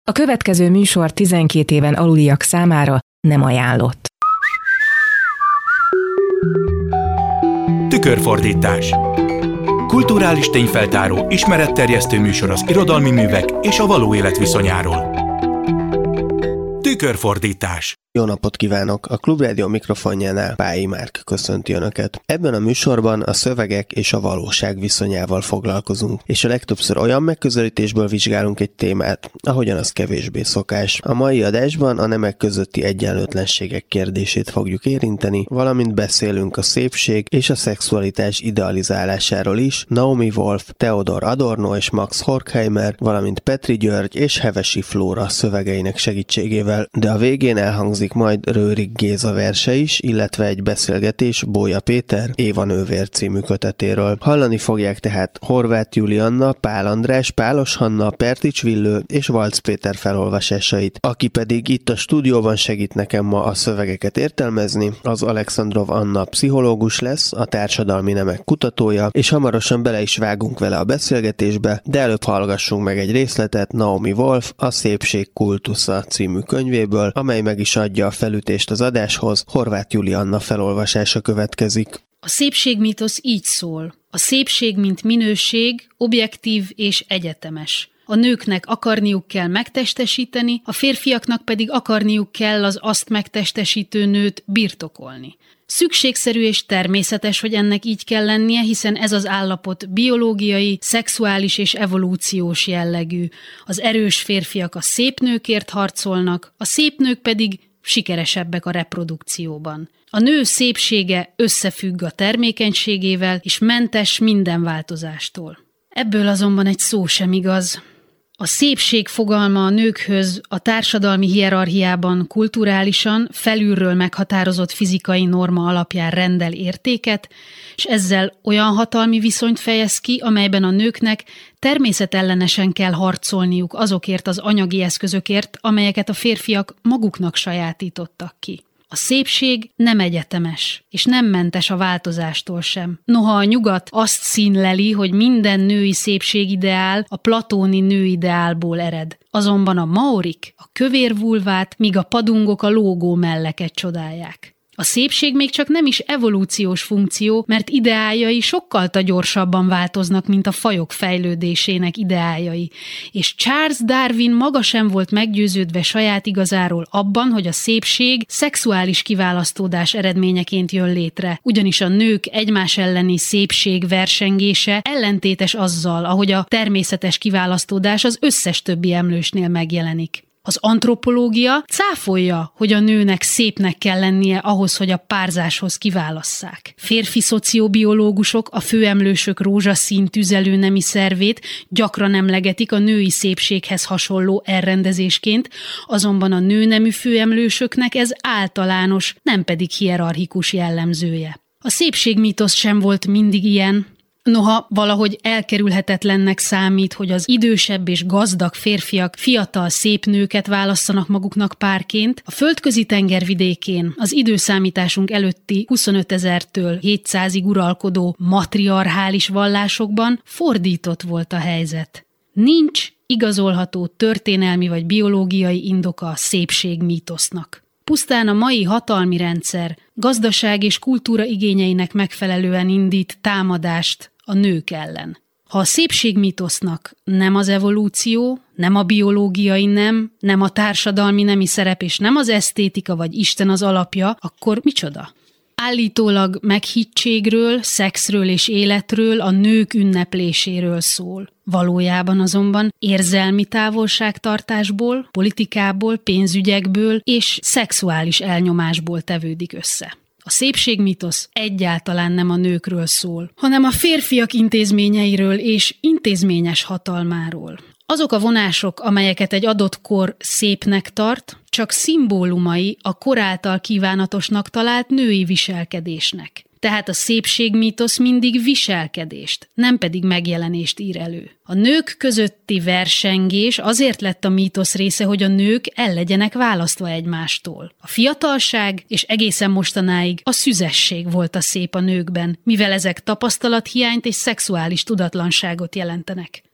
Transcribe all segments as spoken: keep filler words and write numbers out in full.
A következő műsor tizenkét éven aluliak számára nem ajánlott. Tükörfordítás. Kulturális tényfeltáró, ismeretterjesztő műsor az irodalmi művek és a való élet viszonyáról. Tükörfordítás. Jó napot kívánok! A Klubrádió mikrofonjánál Pályi Márk köszönti Önöket. Ebben a műsorban a szövegek és a valóság viszonyával foglalkozunk, és a legtöbbször olyan megközelítésből vizsgálunk egy témát, ahogyan az kevésbé szokás. A mai adásban a nemek közötti egyenlőtlenségek kérdését fogjuk érinteni, valamint beszélünk a szépség és a szexualitás idealizálásáról is Naomi Wolf, Theodor Adorno és Max Horkheimer, valamint Petri György és Hevesi Flóra szövegeinek segítségével, de a végén elhangzik majd Rőrig Géza verse is, illetve egy beszélgetés Bója Péter Éva nővér című kötetéről. Hallani fogják tehát Horváth Julianna, Pál András, Pálos Hanna, Pertics Villő és Valc Péter felolvasásait. Aki pedig itt a stúdióban segít nekem ma a szövegeket értelmezni, az Alexandrov Anna pszichológus lesz, a társadalmi nemek kutatója, és hamarosan bele is vágunk vele a beszélgetésbe, de előbb hallgassunk meg egy részletet Naomi Wolf A szépség kultusza című könyvéből, amely meg is adja a felütést az adáshoz. Horváth Julianna felolvasása következik. A szépségmítosz így szól. A szépség, mint minőség, objektív és egyetemes. A nőknek akarniuk kell megtestesíteni, a férfiaknak pedig akarniuk kell az azt megtestesítő nőt birtokolni. Szükségszerű és természetes, hogy ennek így kell lennie, hiszen ez az állapot biológiai, szexuális és evolúciós jellegű. Az erős férfiak a szép nőkért harcolnak, a szép nők pedig sikeresebbek a reprodukcióban. A nő szépsége összefügg a termékenységével, és mentes minden változástól. Ebből azonban egy szó sem igaz. A szépség fogalma a nőkhöz a társadalmi hierarchiában kulturálisan felülről meghatározott fizikai norma alapján rendel értéket, és ezzel olyan hatalmi viszonyt fejez ki, amelyben a nőknek természetellenesen kell harcolniuk azokért az anyagi eszközökért, amelyeket a férfiak maguknak sajátítottak ki. A szépség nem egyetemes, és nem mentes a változástól sem. Noha a nyugat azt színleli, hogy minden női szépségideál a platóni nőideálból ered. Azonban a maorik a kövér vulvát, míg a padungok a lógó melleket csodálják. A szépség még csak nem is evolúciós funkció, mert ideáljai sokkal gyorsabban változnak, mint a fajok fejlődésének ideáljai. És Charles Darwin maga sem volt meggyőződve saját igazáról abban, hogy a szépség szexuális kiválasztódás eredményeként jön létre. Ugyanis a nők egymás elleni szépség versengése ellentétes azzal, ahogy a természetes kiválasztódás az összes többi emlősnél megjelenik. Az antropológia cáfolja, hogy a nőnek szépnek kell lennie ahhoz, hogy a párzáshoz kiválasszák. Férfi szociobiológusok a főemlősök rózsaszín tüzelő nemi szervét gyakran emlegetik a női szépséghez hasonló elrendezésként, azonban a nőnemű főemlősöknek ez általános, nem pedig hierarchikus jellemzője. A szépségmítosz sem volt mindig ilyen. Noha valahogy elkerülhetetlennek számít, hogy az idősebb és gazdag férfiak fiatal szép nőket válasszanak maguknak párként, a földközi tenger vidékén az időszámításunk előtti huszonötezertől hétszázig uralkodó matriarchális vallásokban fordított volt a helyzet. Nincs igazolható történelmi vagy biológiai indoka a szépségmítosznak. Pusztán a mai hatalmi rendszer gazdaság és kultúra igényeinek megfelelően indít támadást a nők ellen. Ha a szépségmítosznak nem az evolúció, nem a biológiai nem, nem a társadalmi nemi szerep és nem az esztétika vagy Isten az alapja, akkor micsoda? Állítólag meghittségről, szexről és életről, a nők ünnepléséről szól. Valójában azonban érzelmi távolságtartásból, politikából, pénzügyekből és szexuális elnyomásból tevődik össze. A szépségmítosz egyáltalán nem a nőkről szól, hanem a férfiak intézményeiről és intézményes hatalmáról. Azok a vonások, amelyeket egy adott kor szépnek tart, csak szimbólumai a kor által kívánatosnak talált női viselkedésnek. Tehát a szépségmítosz mindig viselkedést, nem pedig megjelenést ír elő. A nők közötti versengés azért lett a mítosz része, hogy a nők el legyenek választva egymástól. A fiatalság és egészen mostanáig a szüzesség volt a szép a nőkben, mivel ezek tapasztalathiányt és szexuális tudatlanságot jelentenek.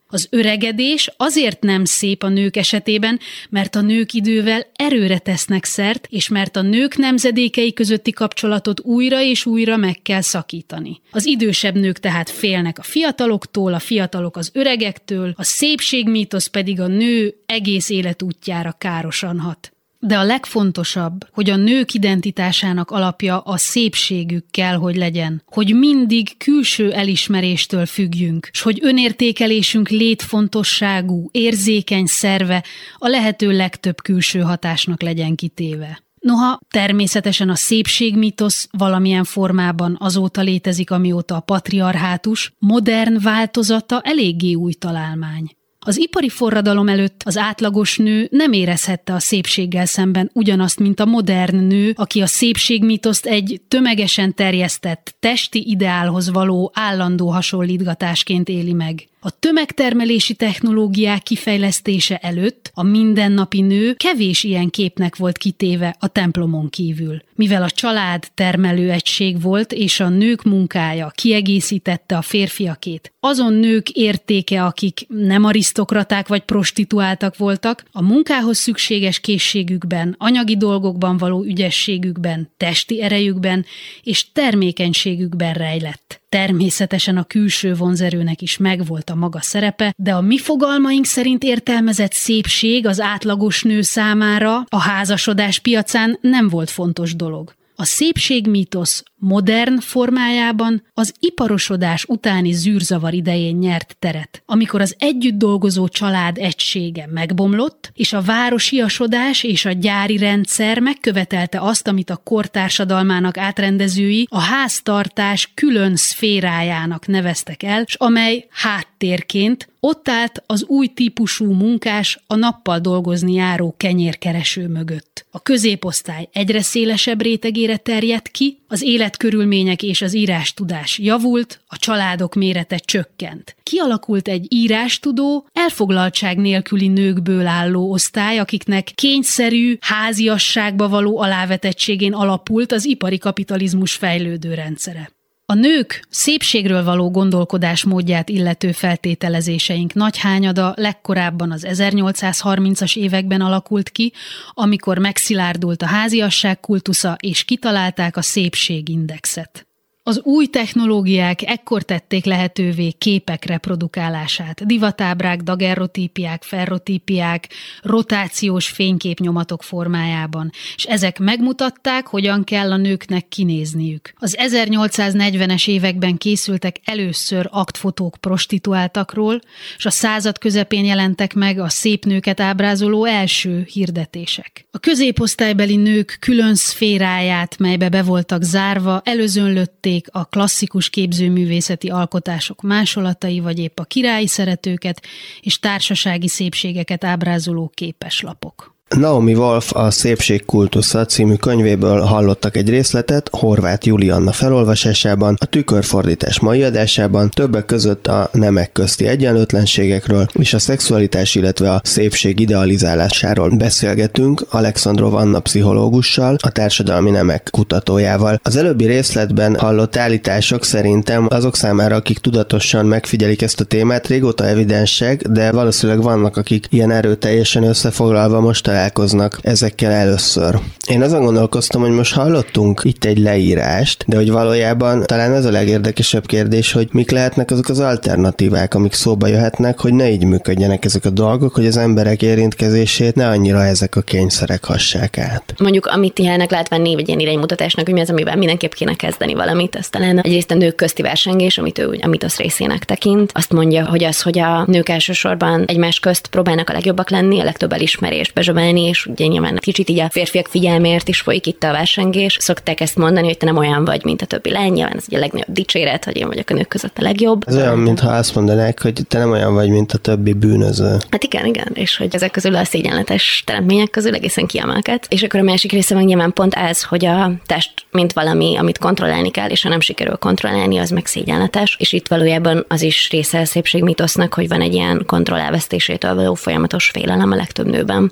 Az öregedés azért nem szép a nők esetében, mert a nők idővel erőre tesznek szert, és mert a nők nemzedékei közötti kapcsolatot újra és újra meg kell szakítani. Az idősebb nők tehát félnek a fiataloktól, a fiatalok az öregektől, a szépségmítosz pedig a nő egész életútjára károsan hat. De a legfontosabb, hogy a nők identitásának alapja a szépségük kell, hogy legyen, hogy mindig külső elismeréstől függjünk, s hogy önértékelésünk létfontosságú, érzékeny szerve a lehető legtöbb külső hatásnak legyen kitéve. Noha természetesen a szépségmítosz valamilyen formában azóta létezik, amióta a patriarhátus, modern változata eléggé új találmány. Az ipari forradalom előtt az átlagos nő nem érezhette a szépséggel szemben ugyanazt, mint a modern nő, aki a szépségmítoszt egy tömegesen terjesztett, testi ideálhoz való állandó hasonlítgatásként éli meg. A tömegtermelési technológiák kifejlesztése előtt a mindennapi nő kevés ilyen képnek volt kitéve a templomon kívül. Mivel a család termelőegység volt, és a nők munkája kiegészítette a férfiakét, azon nők értéke, akik nem arisztokraták vagy prostituáltak voltak, a munkához szükséges készségükben, anyagi dolgokban való ügyességükben, testi erejükben és termékenységükben rejlett. Természetesen a külső vonzerőnek is megvolt a maga szerepe, de a mi fogalmaink szerint értelmezett szépség az átlagos nő számára a házasodás piacán nem volt fontos dolog. A szépségmítosz modern formájában az iparosodás utáni zűrzavar idején nyert teret, amikor az együtt dolgozó család egysége megbomlott, és a városiasodás és a gyári rendszer megkövetelte azt, amit a kor társadalmának átrendezői a háztartás külön szférájának neveztek el, s amely háttérként ott állt az új típusú munkás a nappal dolgozni járó kenyérkereső mögött. A középosztály egyre szélesebb rétegére terjedt ki, az életkörülmények és az írástudás javult, a családok mérete csökkent. Kialakult egy írástudó, elfoglaltság nélküli nőkből álló osztály, akiknek kényszerű, háziasságba való alávetettségén alapult az ipari kapitalizmus fejlődő rendszere. A nők szépségről való gondolkodásmódját illető feltételezéseink nagy hányada legkorábban az ezernyolcszázharmincas években alakult ki, amikor megszilárdult a háziasság kultusza és kitalálták a szépségindexet. Az új technológiák ekkor tették lehetővé képek reprodukálását, divatábrák, daguerreotípiák, ferrotípiák, rotációs fényképnyomatok formájában, és ezek megmutatták, hogyan kell a nőknek kinézniük. Az ezernyolcszáznegyvenes években készültek először aktfotók prostituáltakról, és a század közepén jelentek meg a szép nőket ábrázoló első hirdetések. A középosztálybeli nők külön szféráját, melybe be voltak zárva, előzönlötték a klasszikus képzőművészeti alkotások másolatai, vagy épp a királyi szeretőket és társasági szépségeket ábrázoló képeslapok. Naomi Wolf a Szépség kultusza című könyvéből hallottak egy részletet Horváth Julianna felolvasásában, a Tükörfordítás mai adásában többek között a nemek közti egyenlőtlenségekről és a szexualitás, illetve a szépség idealizálásáról beszélgetünk Alexandrov Anna pszichológussal, a társadalmi nemek kutatójával. Az előbbi részletben hallott állítások szerintem azok számára, akik tudatosan megfigyelik ezt a témát, régóta evidensek, de valószínűleg vannak, akik ilyen erőteljesen összefoglalva most találkoznak ezekkel először. Én azon gondolkoztam, hogy most hallottunk itt egy leírást, de hogy valójában talán ez a legérdekesebb kérdés, hogy mik lehetnek azok az alternatívák, amik szóba jöhetnek, hogy ne így működjenek ezek a dolgok, hogy az emberek érintkezését ne annyira ezek a kényszerek hassák át. Mondjuk, amit ilyenek lehet venni, vagy ilyen iránymutatásnak, hogy mi az, amivel mindenképp kéne kezdeni valamit, ez talán egyrészt a nők közti versengés, amit ő amit az részének tekint. Azt mondja, hogy az, hogy a nők elsősorban egymás közt próbálnak a legjobbak lenni, a legtöbb elismerést bezsövelni, és ugye nyilván kicsit így a férfiak figyelmért is folyik itt a versengés. Szokták ezt mondani, hogy te nem olyan vagy, mint a többi lány, nyilván ez ugye a legnagyobb dicséret, hogy én vagyok a nők között a legjobb. Ez olyan, mintha azt mondanák, hogy te nem olyan vagy, mint a többi bűnöző. Hát igen, igen, és hogy ezek közül a szégyenletes teremtmények közül egészen kiemelkedett. És akkor a másik része meg nyilván pont ez, hogy a test mint valami, amit kontrollálni kell, és ha nem sikerül kontrollálni, az meg szégyenletes. És itt valójában az is része a szépségmitosznak, hogy van egy ilyen kontroll elvesztésétől való folyamatos félelem a legtöbb nőben. Létezik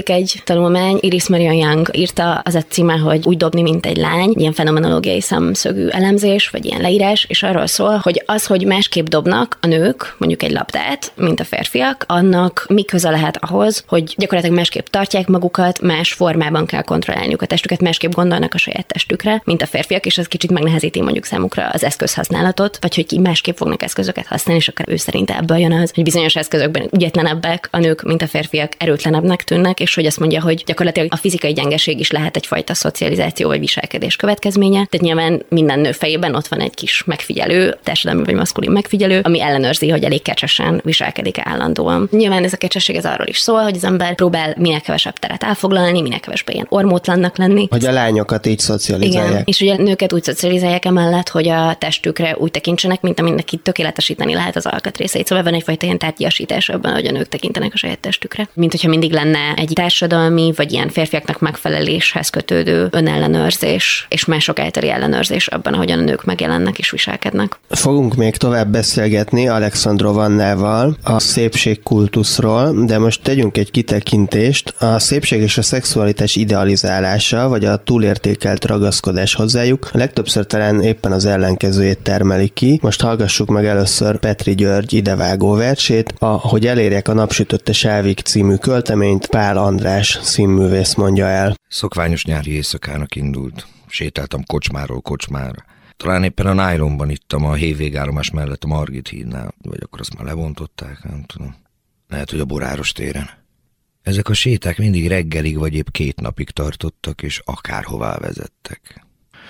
Létezik egy tanulmány, Iris Marion Young írta, az a címe, hogy Úgy dobni, mint egy lány, ilyen fenomenológiai szemszögű elemzés, vagy ilyen leírás, és arról szól, hogy az, hogy másképp dobnak a nők, mondjuk egy labdát, mint a férfiak, annak mi köze lehet ahhoz, hogy gyakorlatilag másképp tartják magukat, más formában kell kontrollálniuk a testüket, másképp gondolnak a saját testükre, mint a férfiak, és az kicsit megnehezíti mondjuk számukra az eszközhasználatot, vagy hogy ki másképp fognak eszközöket használni, és akkor ő szerint ebből jön az, hogy bizonyos eszközökben ügyetlenebbek a nők, mint a férfiak, erőtlenebbnek tűnnek, és hogy azt mondja, hogy gyakorlatilag a fizikai gyengeség is lehet egyfajta szocializáció vagy viselkedés következménye. Tehát nyilván minden nő fejében ott van egy kis megfigyelő, társadalmi vagy maszkulin megfigyelő, ami ellenőrzi, hogy elég kecsesen viselkedik állandóan. Nyilván ez a kecsesség az arról is szól, hogy az ember próbál minél kevesebb teret elfoglalni, minél kevesebb ilyen ormótlannak lenni. Hogy a lányokat így szocializálják. Igen, és ugye a nőket úgy szocializálják emellett, hogy a testükre úgy tekintsenek, mint aminek itt tökéletesíteni lehet az alkatrészeit. Szóval van egyfajta ilyen tárgyasítás abban, hogy a nők tekintenek a saját testükre. Mint hogyha mindig lenne egy társadalmi vagy ilyen férfiaknak megfeleléshez kötődő önellenőrzés és mások általi ellenőrzés abban, ahogyan a nők megjelennek és viselkednek. Fogunk még tovább beszélgetni Alexandrova Annával a szépségkultuszról, de most tegyünk egy kitekintést. A szépség és a szexualitás idealizálása, vagy a túlértékelt ragaszkodás hozzájuk a legtöbbször talán éppen az ellenkezőjét termeli ki. Most hallgassuk meg először Petri György idevágó versét, a Hogy elérjek a napsütötte sávig című költeményt Pál András színművész mondja el. Szokványos nyári éjszakának indult. Sétáltam kocsmáról kocsmára. Talán éppen a nájlonban ittam a hévégállomás mellett a Margit hídnál, vagy akkor azt már levontották, nem tudom. Lehet, hogy a Boráros téren. Ezek a séták mindig reggelig vagy épp két napig tartottak, és akárhová vezettek.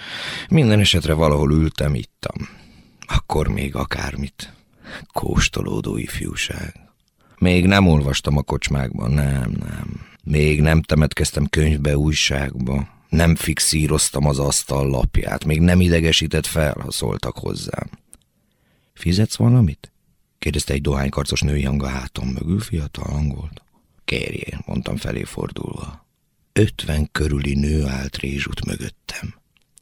Minden esetre valahol ültem, ittam. Akkor még akármit. Kóstolódó ifjúság. Még nem olvastam a kocsmákban, nem, nem. Még nem temetkeztem könyvbe, újságba. Nem fixíroztam az asztal lapját. Még nem idegesített fel, ha szóltak hozzám. Fizetsz valamit? Kérdezte egy dohánykarcos női hang a hátam mögül, fiatal hangolt. Kérjél, mondtam felé fordulva. Ötven körüli nő állt rézsút mögöttem.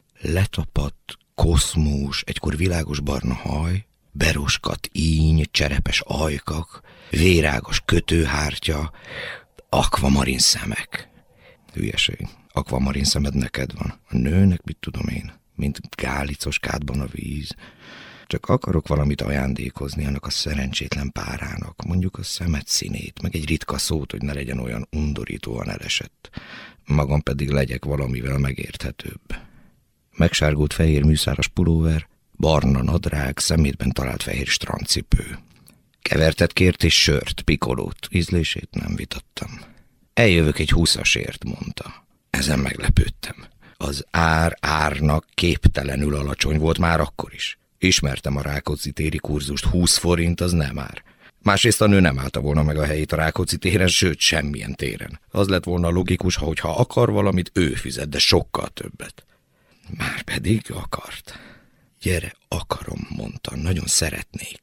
Letapadt, koszmós, egykor világos barna haj, beroskat íny, cserepes ajkak, vérágos kötőhártya, akvamarin szemek. Hülyeség, akvamarin szemed neked van. A nőnek mit tudom én, mint gálicos kádban a víz. Csak akarok valamit ajándékozni annak a szerencsétlen párának, mondjuk a szemet színét, meg egy ritka szót, hogy ne legyen olyan undorítóan elesett. Magam pedig legyek valamivel megérthetőbb. Megsárgult fehér műszáras pulóver, barna nadrág, szemétben talált fehér strandcipő. Kevertet kért és sört, pikolót, ízlését nem vitattam. Eljövök egy húszasért, mondta. Ezen meglepődtem. Az ár árnak képtelenül alacsony volt már akkor is. Ismertem a Rákóczi téri kurzust, húsz forint az nem ár. Másrészt a nő nem állta volna meg a helyét a Rákóczi téren, sőt semmilyen téren. Az lett volna logikus, ha hogyha akar valamit, ő fizet, de sokkal többet. Már pedig akart. Gyere, akarom, mondta, nagyon szeretnék.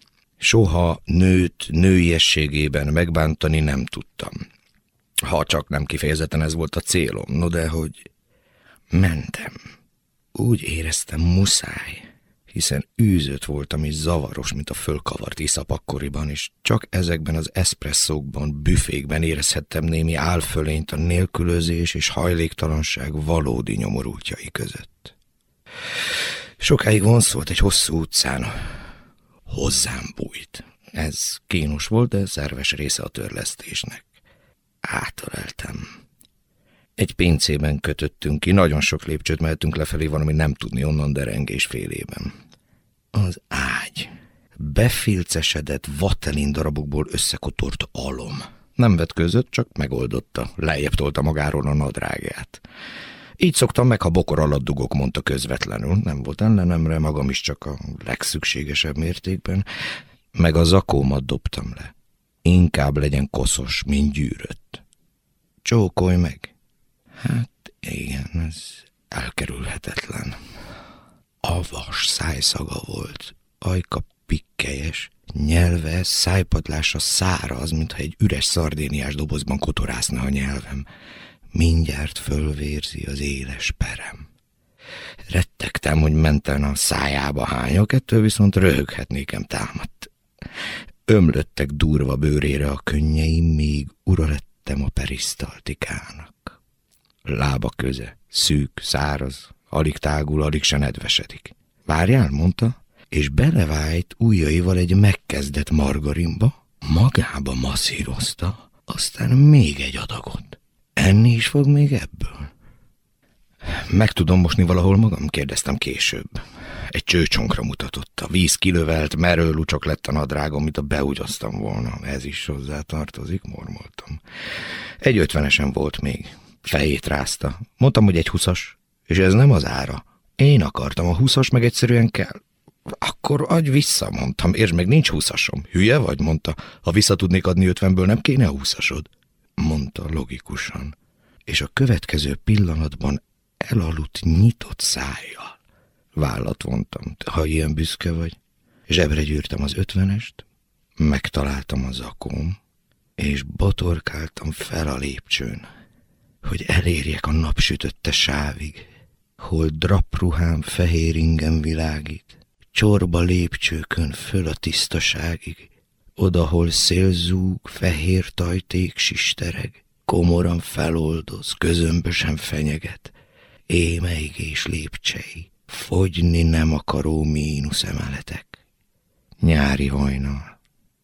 Soha nőt nőiességében megbántani nem tudtam. Ha csak nem kifejezetten ez volt a célom, no de hogy mentem. Úgy éreztem muszáj, hiszen űzött voltam és zavaros, mint a fölkavart iszap akkoriban, és csak ezekben az eszpresszókban, büfékben érezhettem némi álfölényt a nélkülözés és hajléktalanság valódi nyomorultjai között. Sokáig vonszolt egy hosszú utcán, hozzám bújt. Ez kínos volt, de szerves része a törlesztésnek. Átöleltem. Egy pincében kötöttünk ki, nagyon sok lépcsőt mehetünk lefelé, valami nem tudni onnan derengés félében. Az ágy. Befilcesedett vatelin darabokból összekotort alom. Nem vetközött, csak megoldotta. Lejjebb tolta magáról a nadrágját. Így szoktam meg, ha bokor alatt dugok, mondta közvetlenül. Nem volt ellenemre, magam is csak a legszükségesebb mértékben. Meg a zakómat dobtam le. Inkább legyen koszos, mint gyűrött. Csókolj meg. Hát igen, ez elkerülhetetlen. A vas szájszaga volt, ajka pikkelyes, nyelve, szájpadlása száraz, mintha egy üres szardéniás dobozban kotorászna a nyelvem. Mindjárt fölvérzi az éles perem. Rettegtem, hogy menten a szájába hányok, ettől viszont röhöghetnékem támadt. Ömlöttek durva bőrére a könnyei, még ura lett tettem a perisztaltikának. Lába köze, szűk, száraz, alig tágul, alig se nedvesedik. Várjál, mondta, és belevájt ujjaival egy megkezdett margarinba, magába masszírozta, aztán még egy adagot. Enni is fog még ebből? Meg tudom mosni valahol magam? Kérdeztem később. Egy csőcsonkra mutatott. A víz kilövelt, merő lucsok lett a nadrágom, mint a beúgyoztam volna. Ez is hozzá tartozik, mormoltam. Egy ötvenesen volt még. Fejét rázta. Mondtam, hogy egy huszas, és ez nem az ára. Én akartam a huszas, meg egyszerűen kell. Akkor adj vissza, mondtam, és meg nincs húszasom. Hülye vagy, mondta, ha vissza tudnék adni ötvenből, nem kéne húszasod? Mondta logikusan. És a következő pillanatban elaludt nyitott szájjal. Vállat vontam, ha ilyen büszke vagy. Zsebre gyűrtem az ötvenest, megtaláltam a zakóm, és botorkáltam fel a lépcsőn, hogy elérjek a napsütötte sávig, hol drapruhám fehér ingem világít, csorba lépcsőkön föl a tisztaságig, odahol szélzúg, fehér tajték sistereg, komoran feloldoz, közömbösen fenyeget, émeig és lépcsei, fogyni nem akaró mínusz emeletek. Nyári hajnal,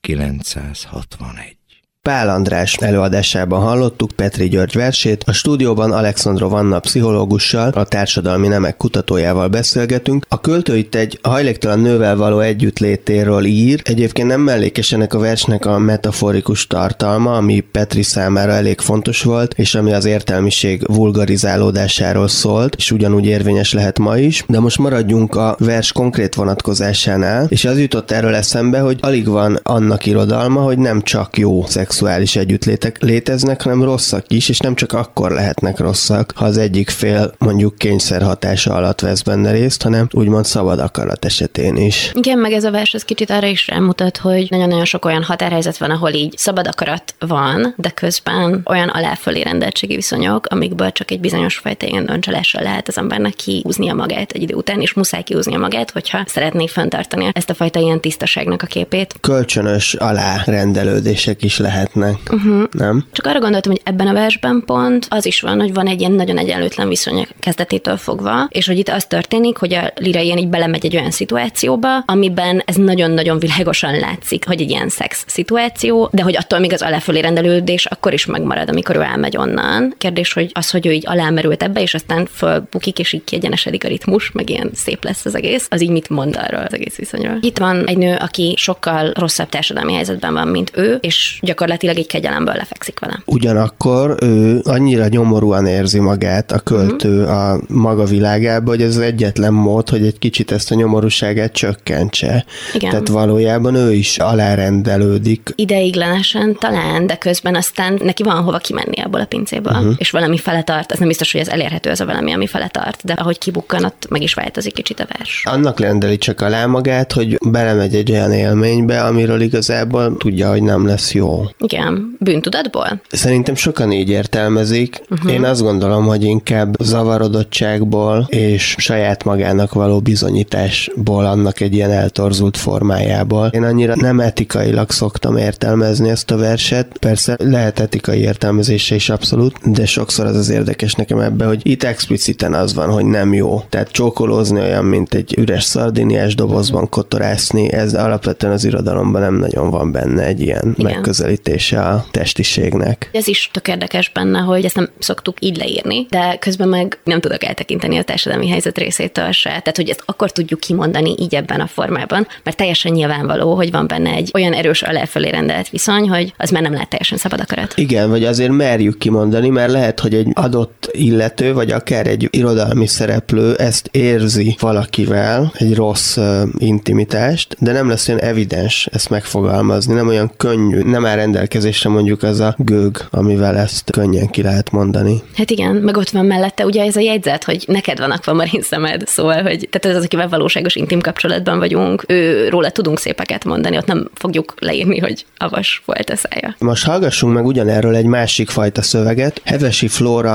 kilencszázhatvanegy. Pál András előadásában hallottuk Petri György versét, a stúdióban Alexandrov Anna pszichológussal, a társadalmi nemek kutatójával beszélgetünk. A költő itt egy hajléktalan nővel való együttlétéről ír, egyébként nem mellékes ennek a versnek a metaforikus tartalma, ami Petri számára elég fontos volt, és ami az értelmiség vulgarizálódásáról szólt, és ugyanúgy érvényes lehet ma is, de most maradjunk a vers konkrét vonatkozásánál, és az jutott erről eszembe, hogy alig van annak irodalma, hogy nem csak jó szexuális együttlétek léteznek, hanem rosszak is, és nem csak akkor lehetnek rosszak, ha az egyik fél mondjuk kényszer hatása alatt vesz benne részt, hanem úgymond szabad akarat esetén is. Igen, meg ez a vers az kicsit arra is rámutat, hogy nagyon-nagyon sok olyan határhelyzet van, ahol így szabad akarat van, de közben olyan alá-fölé rendeltségi viszonyok, amikből csak egy bizonyos fajta ilyen öncsalással lehet az embernek kihúznia magát egy idő után, és muszáj kihúznia magát, hogyha szeretné fenntartani ezt a fajta ilyen tisztaságnak a képét. Kölcsönös alárendelődések is lehetnek, uh-huh. nem? Csak arra gondoltam, hogy ebben a versben pont az is van, hogy van egy ilyen nagyon egyenlőtlen viszony kezdetétől fogva, és hogy itt az történik, hogy a Lira ilyen így belemegy egy olyan szituációba, amiben ez nagyon-nagyon világosan látszik, hogy egy ilyen szex szituáció, de hogy attól még az aláfölé rendelődés akkor is megmarad, amikor ő elmegy onnan. Kérdés, hogy az, hogy ő így alámerült ebbe, és aztán fölbukik, és így kiegyenesedik a ritmus, meg ilyen szép lesz az egész, az így mit mond arról az egész viszonyról. Itt van egy nő, aki sokkal rosszabb társadalmi helyzetben van, mint ő, és gyakorlatilag egy kegyelemből lefekszik vele. Ugyanakkor ő annyira nyomorúan érzi magát, a költő uh-huh. a maga világába, hogy ez az egyetlen mód, hogy egy kicsit ezt a nyomorúságát csökkentse. Igen. Tehát valójában ő is alárendelődik. Ideiglenesen talán, de közben aztán neki van hova kimenni ebből a pincéből, uh-huh. és valami fele tart, az nem biztos, hogy ez elérhető, az a valami, ami fele tart, de ahogy kibukkan, ott meg is változik kicsit a vers. Annak rendeli csak alá magát, hogy belemegy egy olyan élménybe, amiről igazából tudja, hogy nem lesz jó. Igen, bűntudatból? Szerintem sokan így értelmezik. Uh-huh. Én azt gondolom, hogy inkább zavarodottságból és saját magának való bizonyításból, annak egy ilyen eltorzult formájából. Én annyira nem etikailag szoktam értelmezni ezt a verset. Persze lehet etikai értelmezése is abszolút, de sokszor az az érdekes nekem ebbe, hogy itt expliciten az van, hogy nem jó. Tehát csókolózni olyan, mint egy üres szardiniás dobozban kotorászni, ez alapvetően az irodalomban nem nagyon van benne egy ilyen Igen. megközelítése a testiségnek. Ez is tök érdekes benne, hogy ezt nem szoktuk így leírni, de közben meg nem tudok eltekinteni a társadalmi helyzet részétől se. Tehát, hogy ezt akkor tudjuk kimondani így ebben a formában, mert teljesen nyilvánvaló, hogy van benne egy olyan erős aláfölé rendelt viszony, hogy az már nem lehet teljesen szabad akarat. Igen, vagy azért merjük kimondani, mert lehet, hogy egy adott illető, vagy akár egy irodalmi szereplő ezt érzi valakivel, egy rossz uh, intimitást, de nem lesz olyan evidens ezt megfogalmazni, nem olyan könnyű, nem áll rendelkezésre mondjuk az a gőg, amivel ezt könnyen ki lehet mondani. Hát igen, meg ott van mellette ugye ez a jegyzet, hogy neked van akvamarin szemed, szóval, hogy tehát ez az, akivel valóságos intim kapcsolatban vagyunk, ő róla tudunk szépeket mondani, ott nem fogjuk leírni, hogy avas volt a szája. Most hallgassunk meg ugyanerről egy másik fajta szöveget. Hevesi Flóra cikk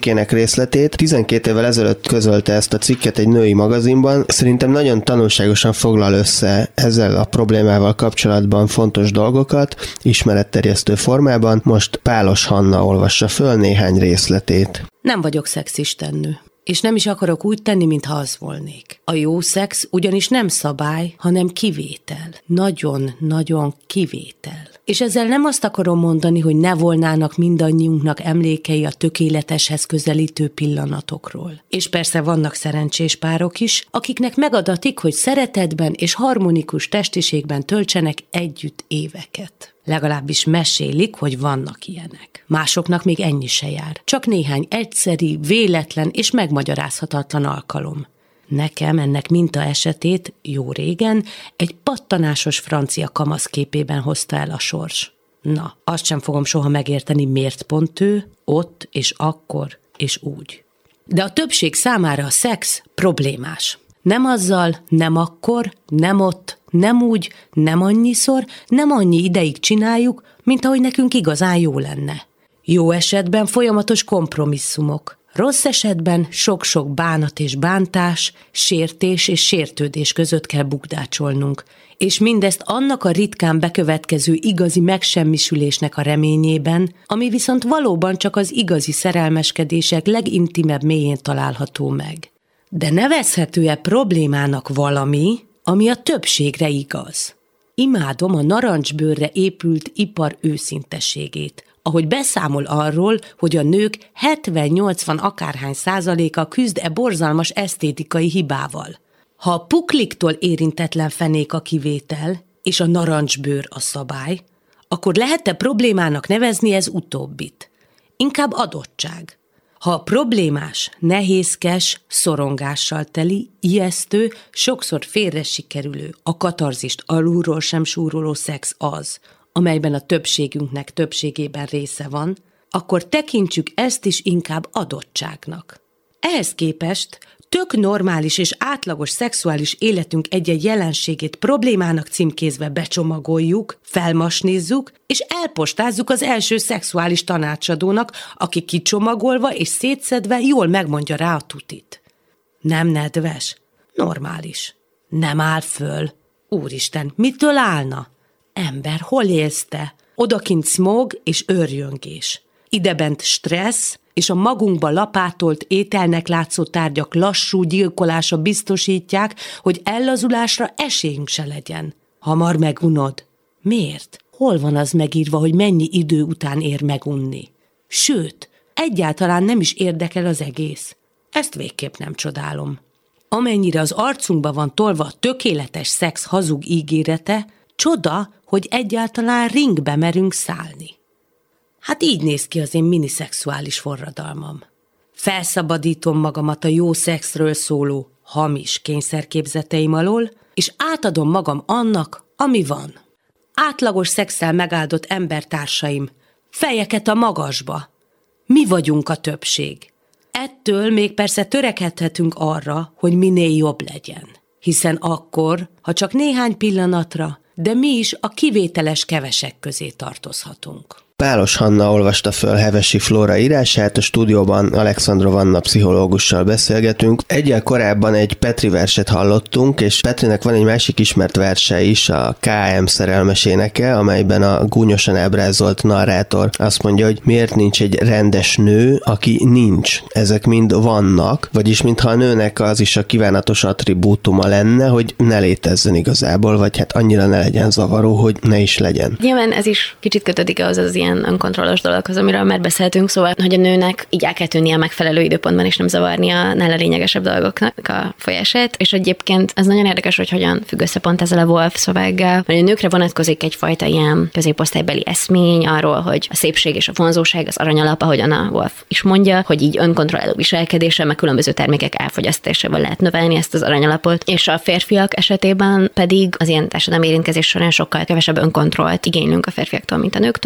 cikkének részletét. tizenkét évvel ezelőtt közölte ezt a cikket egy női magazinban. Szerintem nagyon tanulságosan foglal össze ezzel a problémával kapcsolatban fontos dolgokat, ismeretterjesztő formában. Most Pálos Hanna olvassa föl néhány részletét. Nem vagyok szexistennő, és nem is akarok úgy tenni, mintha az volnék. A jó szex ugyanis nem szabály, hanem kivétel. Nagyon-nagyon kivétel. És ezzel nem azt akarom mondani, hogy ne volnának mindannyiunknak emlékei a tökéleteshez közelítő pillanatokról. És persze vannak szerencsés párok is, akiknek megadatik, hogy szeretetben és harmonikus testiségben töltsenek együtt éveket. Legalábbis mesélik, hogy vannak ilyenek. Másoknak még ennyi se jár. Csak néhány egyszeri, véletlen és megmagyarázhatatlan alkalom. Nekem ennek minta esetét jó régen egy pattanásos francia kamasz képében hozta el a sors. Na, azt sem fogom soha megérteni, miért pont ő, ott és akkor és úgy. De a többség számára a szex problémás. Nem azzal, nem akkor, nem ott, nem úgy, nem annyiszor, nem annyi ideig csináljuk, mint ahogy nekünk igazán jó lenne. Jó esetben folyamatos kompromisszumok. Rossz esetben sok-sok bánat és bántás, sértés és sértődés között kell bukdácsolnunk, és mindezt annak a ritkán bekövetkező igazi megsemmisülésnek a reményében, ami viszont valóban csak az igazi szerelmeskedések legintimebb mélyén található meg. De nevezhető-e problémának valami, ami a többségre igaz? Imádom a narancsbőrre épült ipar őszintességét, ahogy beszámol arról, hogy a nők hetven-nyolcvan akárhány százaléka küzd e borzalmas esztétikai hibával. Ha a pukliktól érintetlen fenék a kivétel, és a narancsbőr a szabály, akkor lehet-e problémának nevezni ez utóbbit? Inkább adottság. Ha a problémás, nehézkes, szorongással teli, ijesztő, sokszor félre sikerülő, a katarzist alulról sem súroló szex az, amelyben a többségünknek többségében része van, akkor tekintsük ezt is inkább adottságnak. Ehhez képest tök normális és átlagos szexuális életünk egy-egy jelenségét problémának címkézve becsomagoljuk, felmasnézzuk, és elpostázzuk az első szexuális tanácsadónak, aki kicsomagolva és szétszedve jól megmondja rá a tutit. Nem nedves, normális. Nem áll föl. Úristen, mitől állna? Ember, hol élsz te? Odakint szmog és őrjöngés. Idebent stressz, és a magunkba lapátolt ételnek látszó tárgyak lassú gyilkolása biztosítják, hogy ellazulásra esélyünk se legyen. Hamar megunod. Miért? Hol van az megírva, hogy mennyi idő után ér megunni? Sőt, egyáltalán nem is érdekel az egész. Ezt végképp nem csodálom. Amennyire az arcunkba van tolva a tökéletes szex hazug ígérete, csoda, hogy egyáltalán ringbe merünk szállni. Hát így néz ki az én miniszexuális forradalmam. Felszabadítom magamat a jó szexről szóló hamis kényszerképzeteim alól, és átadom magam annak, ami van. Átlagos szexszel megáldott embertársaim, fejeket a magasba. Mi vagyunk a többség. Ettől még persze törekedhetünk arra, hogy minél jobb legyen. Hiszen akkor, ha csak néhány pillanatra, de mi is a kivételes kevesek közé tartozhatunk. Pálos Hanna olvasta föl Hevesi Flóra írását, a stúdióban Alexandrov Anna pszichológussal beszélgetünk. Egyel korábban egy Petri verset hallottunk, és Petrinek van egy másik ismert verse is, a ká em szerelmes éneke, amelyben a gúnyosan ábrázolt narrátor azt mondja, hogy miért nincs egy rendes nő, aki nincs. Ezek mind vannak, vagyis mintha a nőnek az is a kívánatos attribútuma lenne, hogy ne létezzen igazából, vagy hát annyira ne legyen zavaró, hogy ne is legyen. Nyilván ez is kicsit kötődik az az ilyen önkontrollos dologhoz, amiről már beszéltünk, szóval, hogy a nőnek így el kell tűnnie a megfelelő időpontban, és nem zavarni a nála lényegesebb dolgoknak a folyását, és egyébként ez nagyon érdekes, hogy hogyan függ össze pont ezzel a Wolf szöveggel, hogy a nőkre vonatkozik egyfajta ilyen középosztálybeli eszmény arról, hogy a szépség és a vonzóság az aranyalap, ahogyan a Wolf is mondja, hogy így önkontrolláló viselkedéssel, meg különböző termékek elfogyasztásával lehet növelni ezt az aranyalapot, és a férfiak esetében pedig az ilyen társadalmi érintkezés során sokkal kevesebb önkontrollt igénylünk a férfiaktól, mint a nőktől. A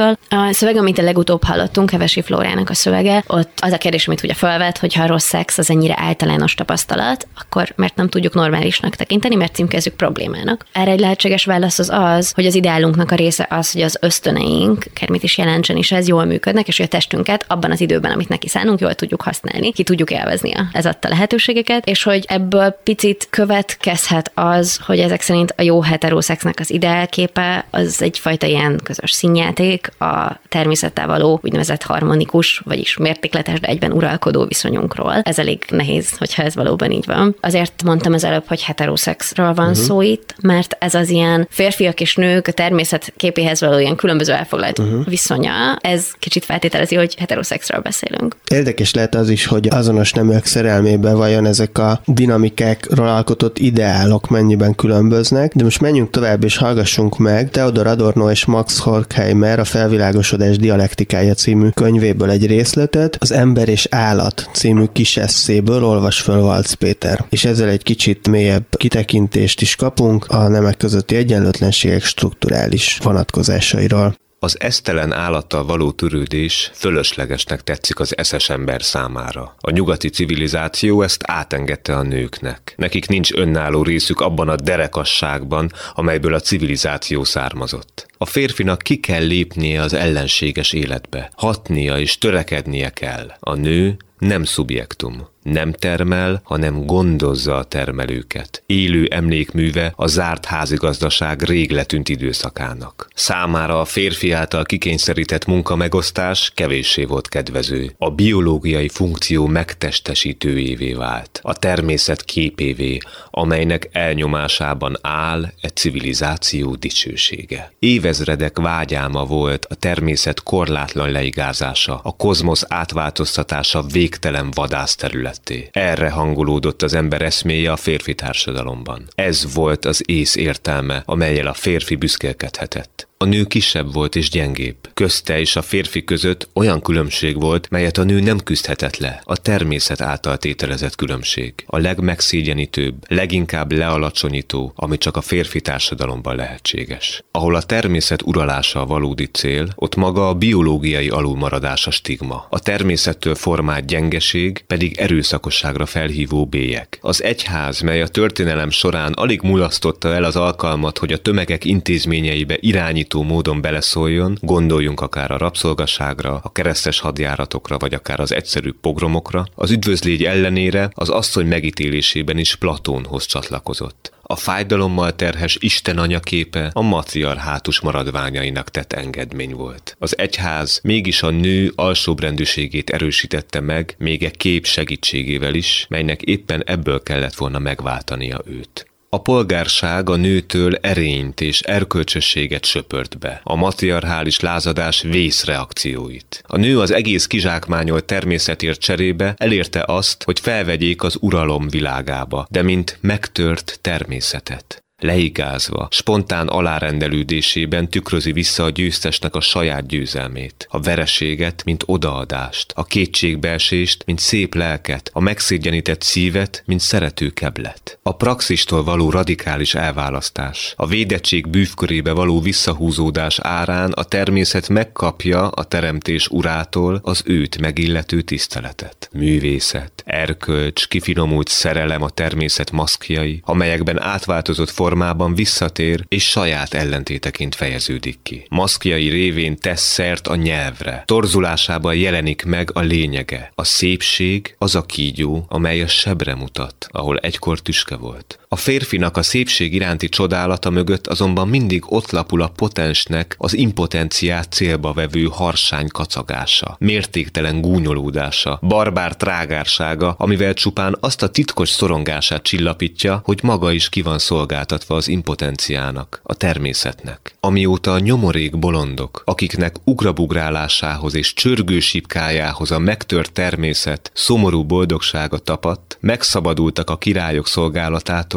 A szöveg, amit a legutóbb hallottunk, Hevesi Flórának a szövege, ott az a kérdés, amit ugye felvet, hogy ha a rossz szex az ennyire általános tapasztalat, akkor mert nem tudjuk normálisnak tekinteni, mert címkezzük problémának. Erre egy lehetséges válasz az az, hogy az ideálunknak a része az, hogy az ösztöneink, kármit is jelentsen is, ez jól működnek, és hogy a testünket abban az időben, amit neki szánunk, jól tudjuk használni, ki tudjuk élvezni ez adta lehetőségeket, és hogy ebből picit következhet az, hogy ezek szerint a jó heteroszexnek az ideálképe az egyfajta ilyen közös színjáték, a természettel való úgynevezett harmonikus, vagyis mértékletes, de egyben uralkodó viszonyunkról. Ez elég nehéz, hogyha ez valóban így van. Azért mondtam az előbb, hogy heteroszexről van uh-huh. szó itt, mert ez az ilyen férfiak és nők a természet képéhez való ilyen különböző elfoglalt uh-huh. viszonya, ez kicsit feltételezi, hogy heteroszexről beszélünk. Érdekes lehet az is, hogy azonos neműek szerelmében vajon ezek a dinamikákról alkotott ideálok mennyiben különböznek, de most menjünk tovább és hallgassunk meg Theodor Adorno és Max Horkheimer a Felvilágosodás dialektikája című könyvéből egy részletet, az Ember és Állat című kis esszéből olvas föl Valc Péter. És ezzel egy kicsit mélyebb kitekintést is kapunk a nemek közötti egyenlőtlenségek strukturális vonatkozásairól. Az esztelen állattal való törődés fölöslegesnek tetszik az eszes ember számára. A nyugati civilizáció ezt átengedte a nőknek. Nekik nincs önálló részük abban a derekasságban, amelyből a civilizáció származott. A férfinak ki kell lépnie az ellenséges életbe, hatnia és törekednie kell. A nő nem szubjektum. Nem termel, hanem gondozza a termelőket. Élő emlékműve a zárt házigazdaság rég letűnt időszakának. Számára a férfi által kikényszerített munkamegosztás kevéssé volt kedvező. A biológiai funkció megtestesítőjévé vált. A természet képévé, amelynek elnyomásában áll egy civilizáció dicsősége. Évezredek vágyálma volt a természet korlátlan leigázása, a kozmosz átváltoztatása végtelen vadászterület. Erre hangolódott az ember eszméje a férfi társadalomban. Ez volt az ész értelme, amellyel a férfi büszkélkedhetett. A nő kisebb volt és gyengébb. Közte és a férfi között olyan különbség volt, melyet a nő nem küzdhetett le. A természet által tételezett különbség. A legmegszégyenítőbb, leginkább lealacsonyító, ami csak a férfi társadalomban lehetséges. Ahol a természet uralása a valódi cél, ott maga a biológiai alulmaradás a stigma. A természettől formált gyengeség pedig erőszakosságra felhívó bélyeg. Az egyház, mely a történelem során alig mulasztotta el az alkalmat, hogy a tömegek intézményeibe irányít módon beleszóljon, gondoljunk akár a rabszolgaságra, a keresztes hadjáratokra, vagy akár az egyszerű pogromokra, az üdvözlégy ellenére az asszony megítélésében is Platónhoz csatlakozott. A fájdalommal terhes Isten anyaképe a matriarhátus maradványainak tett engedmény volt. Az egyház mégis a nő alsóbrendűségét erősítette meg, még egy kép segítségével is, melynek éppen ebből kellett volna megváltania őt. A polgárság a nőtől erényt és erkölcsösséget söpört be, a matriarchális lázadás vészreakcióit. A nő az egész kizsákmányolt természetért cserébe elérte azt, hogy felvegyék az uralom világába, de mint megtört természetet. Leigázva, spontán alárendelődésében tükrözi vissza a győztesnek a saját győzelmét, a vereséget, mint odaadást, a kétségbeesést, mint szép lelket, a megszégyenített szívet, mint szerető keblet. A praxistól való radikális elválasztás, a védettség bűvkörébe való visszahúzódás árán a természet megkapja a teremtés urától az őt megillető tiszteletet. Művészet, erkölcs, kifinomult szerelem a természet maszkjai, amelyekben átváltozott formában visszatér és saját ellentéteként fejeződik ki. Maszkjai révén tesz szert a nyelvre, torzulásában jelenik meg a lényege. A szépség az a kígyó, amely a sebre mutat, ahol egykor tüske volt. A férfinak a szépség iránti csodálata mögött azonban mindig ott lapul a potensnek az impotenciát célba vevő harsány kacagása, mértéktelen gúnyolódása, barbár trágársága, amivel csupán azt a titkos szorongását csillapítja, hogy maga is ki van szolgáltatva az impotenciának, a természetnek. Amióta a nyomorék bolondok, akiknek ugrabugrálásához és csörgő sípkájához a megtört természet szomorú boldogsága tapadt, megszabadultak a királyok szolgálatától,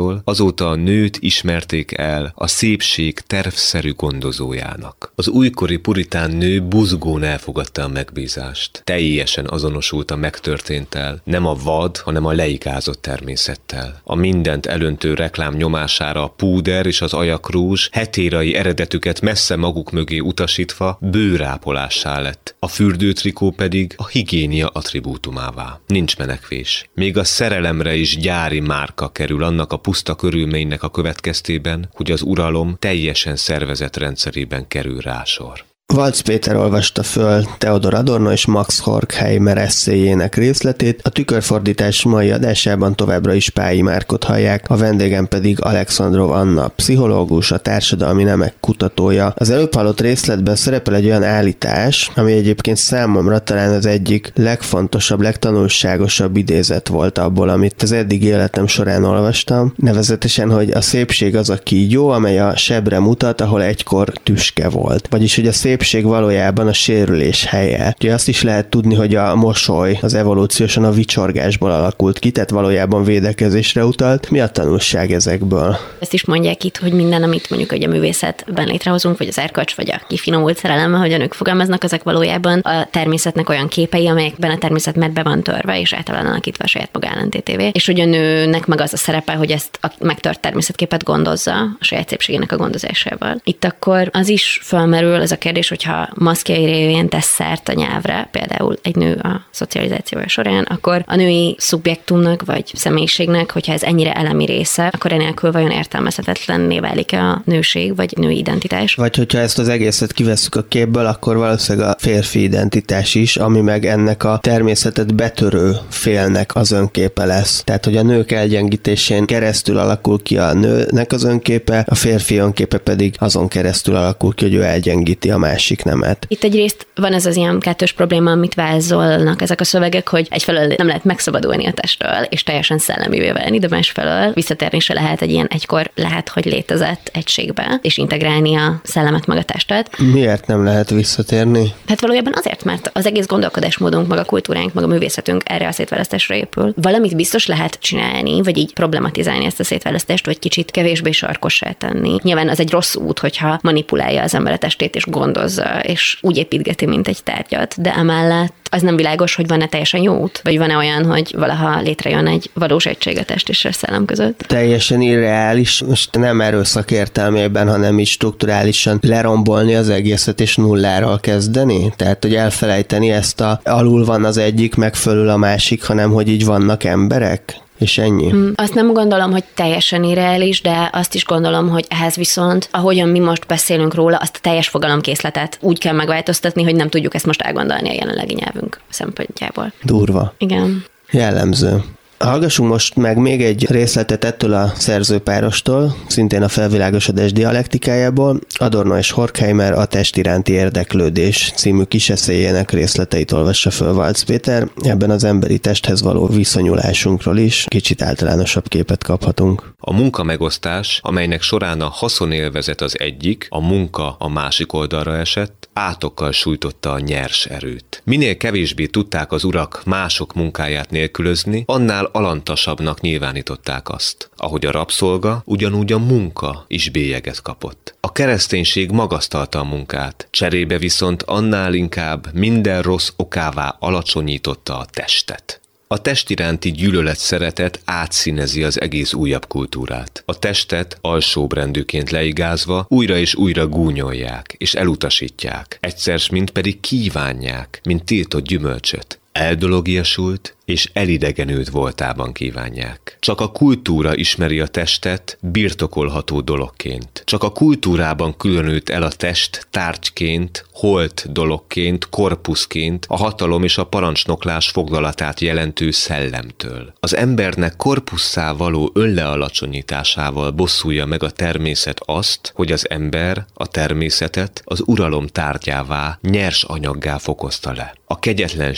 korától, azóta a nőt ismerték el a szépség tervszerű gondozójának. Az újkori puritán nő buzgón elfogadta a megbízást. Teljesen azonosult a megtörténttel, nem a vad, hanem a leigázott természettel. A mindent elöntő reklám nyomására a púder és az ajakrúzs hetérai eredetüket messze maguk mögé utasítva bőrápolássá lett. A fürdőtrikó pedig a higiénia attribútumává. Nincs menekvés. Még a szerelemre is gyári márka kerül annak a puszta körülménynek a következtében, hogy az uralom teljesen szervezett rendszerében kerül rá sor. Waltz Péter olvasta föl Theodor Adorno és Max Horkheimer esszéjének részletét, a Tükörfordítás mai adásában továbbra is Pályi Márkot hallják, a vendégem pedig Alexandrov Anna, pszichológus, a társadalmi nemek kutatója. Az előbb hallott részletben szerepel egy olyan állítás, ami egyébként számomra talán az egyik legfontosabb, legtanulságosabb idézet volt abból, amit az eddig életem során olvastam, nevezetesen, hogy a szépség az a kígyó, amely a sebre mutat, ahol egykor tüske volt. Vagyis, hogy a szép szépség valójában a sérülés helye. Ugye azt is lehet tudni, hogy a mosoly az evolúciósan a vicsorgásból alakult ki, tehát valójában védekezésre utalt. Mi a tanulság ezekből? Ezt is mondják itt, hogy minden, amit mondjuk hogy a művészetben létrehozunk, vagy az erkölcs, vagy a kifinomult szerelem, ahogy a nők fogalmaznak, ezek valójában a természetnek olyan képei, amelyekben a természet mert be van törve, és általán alakítva a saját maga ellentétévé. És hogy a nőnek meg az a szerepe, hogy ezt a megtört természetképet gondozza a saját szépségének a gondozásával. Itt akkor az is felmerül ez a kérdés, hogyha maszkjai révén tesz szert a nyelvre, például egy nő a szocializációja során, akkor a női szubjektumnak vagy személyiségnek, hogyha ez ennyire elemi része, akkor enélkül vajon értelmezhetetlenné válik a nőség vagy női identitás? Vagy hogyha ezt az egészet kivesszük a képből, akkor valószínűleg a férfi identitás is, ami meg ennek a természetet betörő félnek az önképe lesz. Tehát, hogy a nők elgyengítésén keresztül alakul ki a nőnek az önképe, a férfi önképe pedig azon keresztül alakul ki, hogy ő elgyengíti a másik nemet. Itt egyrészt van ez az ilyen kettős probléma, amit vázolnak ezek a szövegek, hogy egyfelől nem lehet megszabadulni a testről, és teljesen szellemivé válni, de másfelől visszatérni se lehet egy ilyen egykor lehet, hogy létezett egységbe, és integrálni a szellemet meg a testet. Miért nem lehet visszatérni? Hát valójában azért, mert az egész gondolkodásmódunk, meg a kultúránk, meg a művészetünk erre a szétválasztásra épül. Valamit biztos lehet csinálni, vagy így problematizálni ezt a szétválasztást, vagy kicsit kevésbé sarkossá tenni. Nyilván az egy rossz út, hogyha manipulálja az ember a testét, és gondozza, és úgy építgeti, mint egy tárgyat, de emellett az nem világos, hogy van-e teljesen jó út, vagy van-e olyan, hogy valaha létrejön egy valós egység a test és a szellem között. Teljesen irreális, most nem erőszak értelmében, hanem is strukturálisan lerombolni az egészet és nulláról kezdeni? Tehát, hogy elfelejteni ezt a alul van az egyik, meg fölül a másik, hanem hogy így vannak emberek? És ennyi. Azt nem gondolom, hogy teljesen irreális, de azt is gondolom, hogy ehhez viszont, ahogyan mi most beszélünk róla, azt a teljes fogalomkészletet úgy kell megváltoztatni, hogy nem tudjuk ezt most elgondolni a jelenlegi nyelvünk szempontjából. Durva. Igen. Jellemző. Hallgassunk most meg még egy részletet ettől a szerzőpárostól, szintén a felvilágosodás dialektikájából. Adorno és Horkheimer a test iránti érdeklődés című kiseszéjének részleteit olvassa föl Waltz Péter. Ebben az emberi testhez való viszonyulásunkról is kicsit általánosabb képet kaphatunk. A munkamegosztás, amelynek során a haszonélvezet az egyik, a munka a másik oldalra esett, átokkal sújtotta a nyers erőt. Minél kevésbé tudták az urak mások munkáját nélkülözni, annál alantasabbnak nyilvánították azt. Ahogy a rabszolga, ugyanúgy a munka is bélyeget kapott. A kereszténység magasztalta a munkát, cserébe viszont annál inkább minden rossz okává alacsonyította a testet. A test iránti gyűlölet szeretet átszínezi az egész újabb kultúrát. A testet alsóbrendűként leigázva újra és újra gúnyolják és elutasítják, egyszer mint pedig kívánják, mint tiltott gyümölcsöt. Eldologiasult és elidegenült voltában kívánják. Csak a kultúra ismeri a testet birtokolható dologként. Csak a kultúrában különült el a test tárgyként, holt dologként, korpuszként, a hatalom és a parancsnoklás foglalatát jelentő szellemtől. Az embernek korpusszá való önlealacsonyításával bosszulja meg a természet azt, hogy az ember a természetet az uralom tárgyává, nyers anyaggá fokozta le. A kegyetlenség és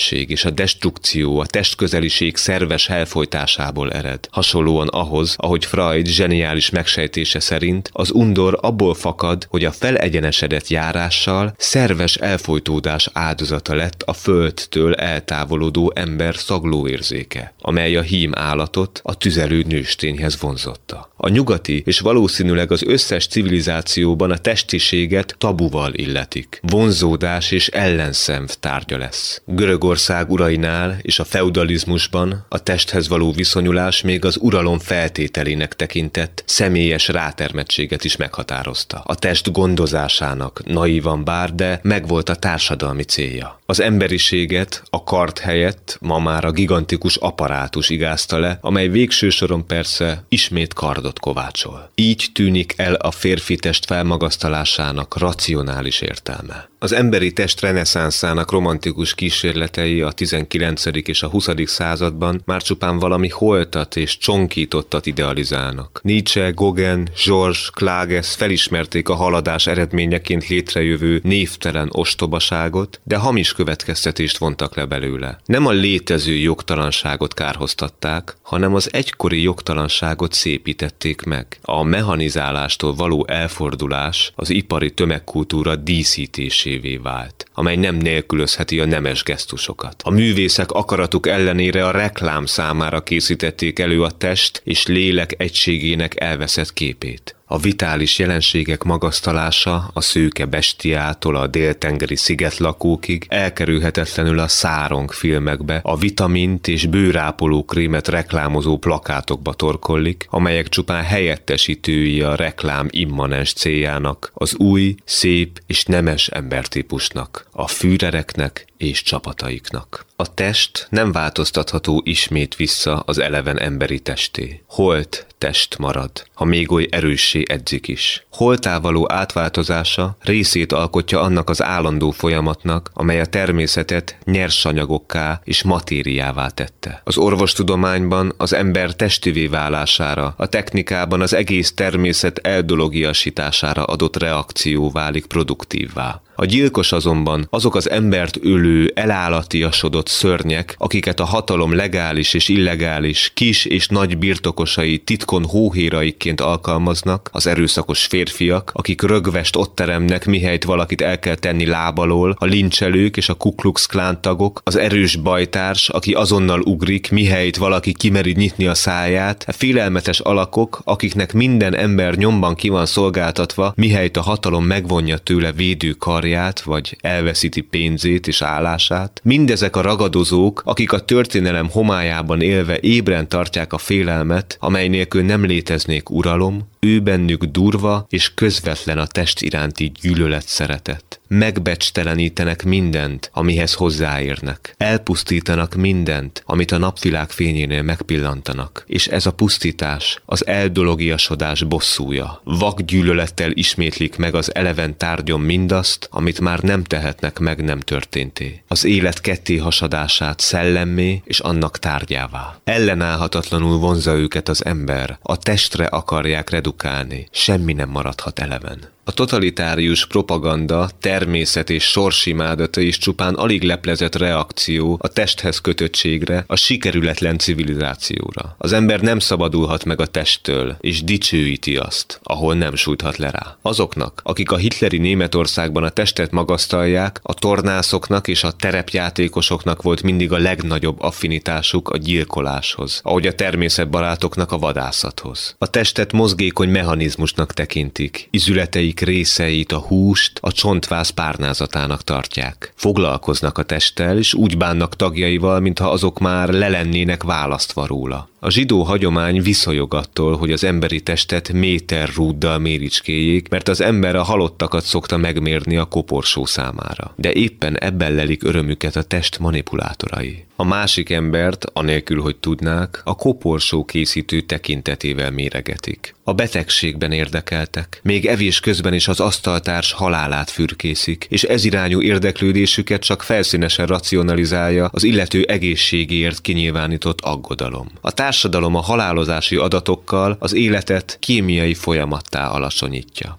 és a destrukció a testközeliség szerves elfojtásából ered. Hasonlóan ahhoz, ahogy Freud zseniális megsejtése szerint az undor abból fakad, hogy a felegyenesedett járással szerves elfojtódás áldozata lett a földtől eltávolodó ember szaglóérzéke, amely a hím állatot a tüzelő nőstényhez vonzotta. A nyugati és valószínűleg az összes civilizációban a testiséget tabuval illetik. Vonzódás és ellenszenv tárgya lesz. Görögország urainál és a feudalizmusban a testhez való viszonyulás még az uralom feltételének tekintett személyes rátermettséget is meghatározta. A test gondozásának naívan bár, de megvolt a társadalmi célja. Az emberiséget a kard helyett ma már a gigantikus apparátus igázta le, amely végső soron persze ismét kardot kovácsol. Így tűnik el a férfi test felmagasztalásának racionális értelme. Az emberi test reneszánszának romantikus kísérletei a tizenkilencedik és a huszadik században már csupán valami holtat és csonkítottat idealizálnak. Nietzsche, Gauguin, Georges, Klages felismerték a haladás eredményeként létrejövő névtelen ostobaságot, de hamis következtetést vontak le belőle. Nem a létező jogtalanságot kárhoztatták, hanem az egykori jogtalanságot szépítették meg. A mechanizálástól való elfordulás az ipari tömegkultúra díszítésévé vált, amely nem nélkülözheti a nemes gesztusokat. A művészek akaratuk ellenére a reklám számára készítették elő a test és lélek egységének elveszett képét. A vitális jelenségek magasztalása a szőke bestiától a déltengeri szigetlakókig elkerülhetetlenül a szárong filmekbe, a vitamint és bőrápoló krémet reklámozó plakátokba torkollik, amelyek csupán helyettesítői a reklám immanens céljának, az új, szép és nemes embertípusnak, a Führereknek és csapataiknak. A test nem változtatható ismét vissza az eleven emberi testé. Holt test marad, ha még oly erőssé edzik is. Holttá való átváltozása részét alkotja annak az állandó folyamatnak, amely a természetet nyersanyagokká és matériává tette. Az orvostudományban az ember testivé válására, a technikában az egész természet eldologiasítására adott reakció válik produktívvá. A gyilkos azonban azok az embert ölő, elállatiasodott szörnyek, akiket a hatalom legális és illegális, kis és nagy birtokosai titkon hóhéraikként alkalmaznak, az erőszakos férfiak, akik rögvest ott teremnek, mihelyt valakit el kell tenni lábalól, a lincselők és a Ku Klux Klán tagok, az erős bajtárs, aki azonnal ugrik, mihelyt valaki kimeri nyitni a száját, a félelmetes alakok, akiknek minden ember nyomban ki van szolgáltatva, mihelyt a hatalom megvonja tőle védő karját, vagy elveszíti pénzét és állását. Mindezek a ragadozók, akik a történelem homályában élve ébren tartják a félelmet, amely nélkül nem léteznék uralom, ő bennük durva és közvetlen a test iránti gyűlölet szeretet. Megbecstelenítenek mindent, amihez hozzáérnek. Elpusztítanak mindent, amit a napvilág fényénél megpillantanak. És ez a pusztítás az eldologiasodás bosszúja. Vak gyűlölettel ismétlik meg az eleven tárgyon mindazt, amit már nem tehetnek meg nem történté. Az élet ketté hasadását szellemmé és annak tárgyává. Ellenállhatatlanul vonzza őket az ember, a testre akarják redukálni, semmi nem maradhat eleven. A totalitárius propaganda, természet és sorsimádata is csupán alig leplezett reakció a testhez kötöttségre, a sikerületlen civilizációra. Az ember nem szabadulhat meg a testtől, és dicsőíti azt, ahol nem sújthat le rá. Azoknak, akik a hitleri Németországban a testet magasztalják, a tornászoknak és a terepjátékosoknak volt mindig a legnagyobb affinitásuk a gyilkoláshoz, ahogy a természetbarátoknak a vadászathoz. A testet mozgékony mechanizmusnak tekintik, izületei részeit, a húst a csontváz párnázatának tartják. Foglalkoznak a testtel, és úgy bánnak tagjaival, mintha azok már le lennének választva róla. A zsidó hagyomány viszonyog attól, hogy az emberi testet méterrúddal méricskéljék, mert az ember a halottakat szokta megmérni a koporsó számára. De éppen ebben lelik örömüket a test manipulátorai. A másik embert, anélkül, hogy tudnák, a koporsó készítő tekintetével méregetik. A betegségben érdekeltek, még evés közben is az asztaltárs halálát fürkészik, és ez irányú érdeklődésüket csak felszínesen racionalizálja az illető egészségéért kinyilvánított aggodalom. A társadalom a halálozási adatokkal az életet kémiai folyamattá alacsonyítja.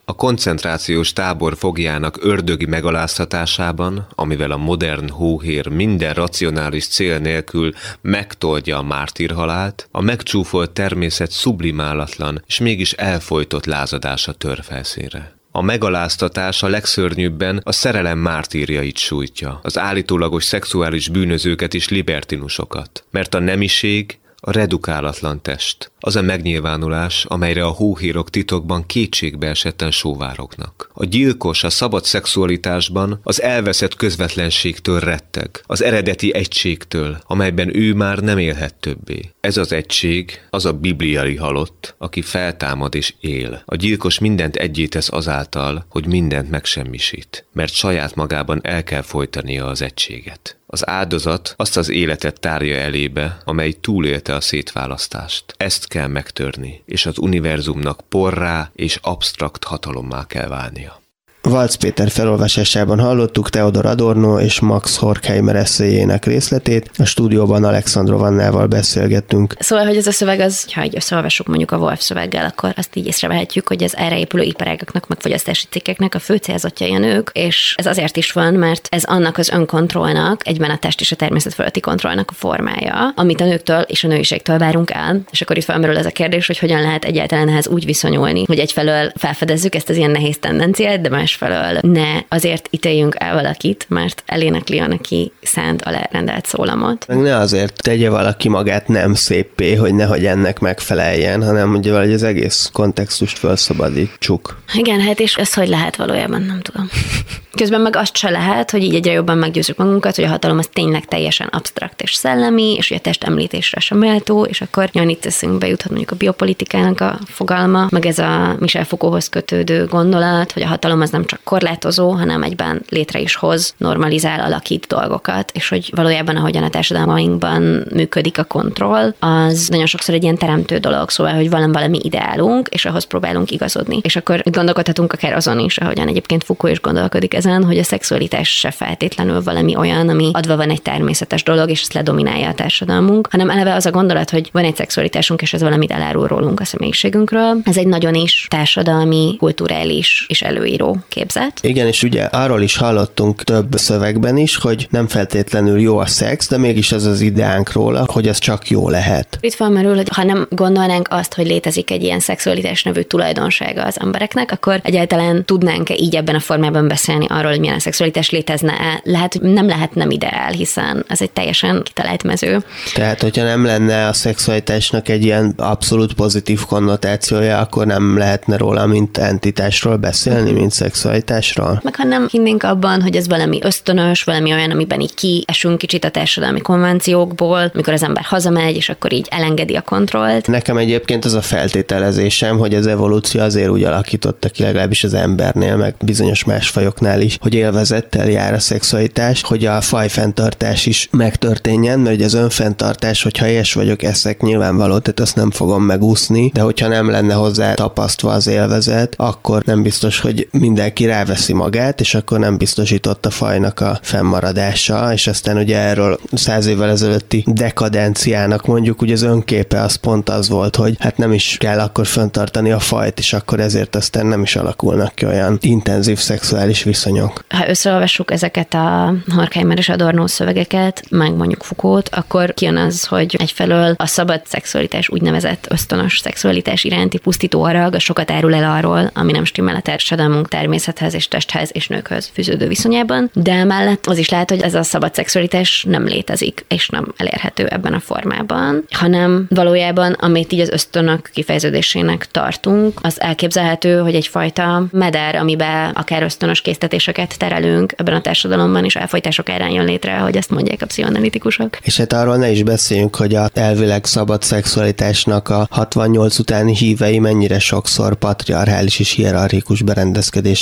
A koncentrációs tábor foglyának ördögi megaláztatásában, amivel a modern hóhér minden racionális cél nélkül megtoldja a mártírhalált, a megcsúfolt természet sublimálatlan és mégis elfojtott lázadása tör felszínre. A megaláztatás a legszörnyűbben a szerelem mártírjait sújtja, az állítólagos szexuális bűnözőket és libertinusokat, mert a nemiség a redukálatlan test, az a megnyilvánulás, amelyre a hóhérok titokban kétségbe esetten sóvárognak. A gyilkos a szabad szexualitásban az elveszett közvetlenségtől retteg, az eredeti egységtől, amelyben ő már nem élhet többé. Ez az egység, az a bibliai halott, aki feltámad és él. A gyilkos mindent egyé tesz azáltal, hogy mindent megsemmisít, mert saját magában el kell folytania az egységet. Az áldozat azt az életet tárja elébe, amely túlélte a szétválasztást. Ezt kell megtörni, és az univerzumnak porrá és absztrakt hatalommá kell válnia. Valc Péter felolvasásában hallottuk Theodor Adorno és Max Horkheimer eszéjének részletét, a stúdióban Alexandrov Annával beszélgettünk. Szóval, hogy ez a szöveg az, ha így összeolvassuk mondjuk a Wolf szöveggel, akkor azt így észrevehetjük, hogy az erre épülő iparágaknak, meg fogyasztási cikkeknek a fő célzottjai a nők, és ez azért is van, mert ez annak az önkontrollnak, egyben a test és a természet fölötti kontrollnak a formája, amit a nőktől és a nőiségtől várunk el. És akkor itt felmerül ez a kérdés, hogy hogyan lehet egyáltalán ehhez úgy viszonyulni, hogy egyfelől felfedezzük ezt az ilyen nehéz tendenciát, de más felől ne azért ítéljünk el valakit, mert elénekli a neki szánt alárendelt szólamot. Meg ne azért tegye valaki magát nem széppé, hogy nehogy ennek megfeleljen, hanem ugye valahogy az egész kontextust felszabadítsuk. Igen, hát és ez hogy lehet valójában, nem tudom. Közben meg azt se lehet, hogy így egyre jobban meggyőzzük magunkat, hogy a hatalom az tényleg teljesen absztrakt és szellemi, és hogy a test említésre sem méltó, és akkor nyilván itt eszünkbe juthat mondjuk a biopolitikának a fogalma, meg ez a Michel Foucaulthoz kötődő gondolat, hogy a hatalom az nem csak korlátozó, hanem egyben létre is hoz, normalizál, alakít dolgokat, és hogy valójában ahogyan a társadalmainkban működik a kontroll, az nagyon sokszor egy ilyen teremtő dolog, szóval, hogy valami, valami ideálunk, és ahhoz próbálunk igazodni. És akkor gondolkodhatunk akár azon is, ahogyan egyébként Foucault is gondolkodik ezen, hogy a szexualitás se feltétlenül valami olyan, ami adva van egy természetes dolog, és ezt ledominálja a társadalmunk, hanem eleve az a gondolat, hogy van egy szexualitásunk, és ez valamit elárul rólunk a személyiségünkről. Ez egy nagyon is társadalmi, kulturális és előíró képzet. Igen, és ugye arról is hallottunk több szövegben is, hogy nem feltétlenül jó a szex, de mégis az az ideánk róla, hogy az csak jó lehet. Itt felmerül, hogy ha nem gondolnánk azt, hogy létezik egy ilyen szexualitás nevű tulajdonsága az embereknek, akkor egyáltalán tudnánk-e így ebben a formában beszélni arról, hogy milyen a szexualitás létezne-e? Lehet, hogy nem lehet nem ideál, hiszen ez egy teljesen kitalált mező. Tehát, hogyha nem lenne a szexualitásnak egy ilyen abszolút pozitív konnotációja, akkor nem lehetne róla, mint entitásról beszélni, mint szexualitásról? Meg ha nem hinnénk abban, hogy ez valami ösztönös, valami olyan, amiben így kiesünk kicsit a társadalmi konvenciókból, amikor az ember hazamegy, és akkor így elengedi a kontrollt. Nekem egyébként az a feltételezésem, hogy az evolúció azért úgy alakította ki, legalábbis az embernél, meg bizonyos más fajoknál is, hogy élvezettel jár a szexualitás, hogy a fajfenntartás is megtörténjen, mert ugye az önfenntartás, hogyha éhes vagyok, eszek nyilvánvaló, tehát azt nem fogom megúszni, de hogyha nem lenne hozzá tapasztva az élvezet, akkor nem biztos, hogy mindenki ráveszi magát, és akkor nem biztosított a fajnak a fennmaradása, és aztán ugye erről száz évvel ezelőtti dekadenciának mondjuk ugye az önképe az pont az volt, hogy hát nem is kell akkor fenntartani a fajt, és akkor ezért aztán nem is alakulnak ki olyan intenzív szexuális viszonyok. Ha összeolvassuk ezeket a Horkheimer és Adorno szövegeket, meg mondjuk Foucault, akkor kijön az, hogy egyfelől a szabad szexualitás úgynevezett ösztönös szexualitás iránti pusztító harag a sokat árul el arról, ami nem stimmel a társadalmunk természethez és testhez és nőkhöz fűződő viszonyában, de emellett az is lehet, hogy ez a szabad szexualitás nem létezik, és nem elérhető ebben a formában, hanem valójában, amit így az ösztönök kifejeződésének tartunk, az elképzelhető, hogy egyfajta meder, amiben akár ösztönös késztetéseket terelünk ebben a társadalomban, és elfolytások árán jön létre, hogy ezt mondják a pszichoanalitikusok. És hát arról ne is beszéljünk, hogy a elvileg szabad szexualitásnak a hatvannyolc utáni hívei mennyire sokszor patriarchális és hierarchikus berendezkedéssel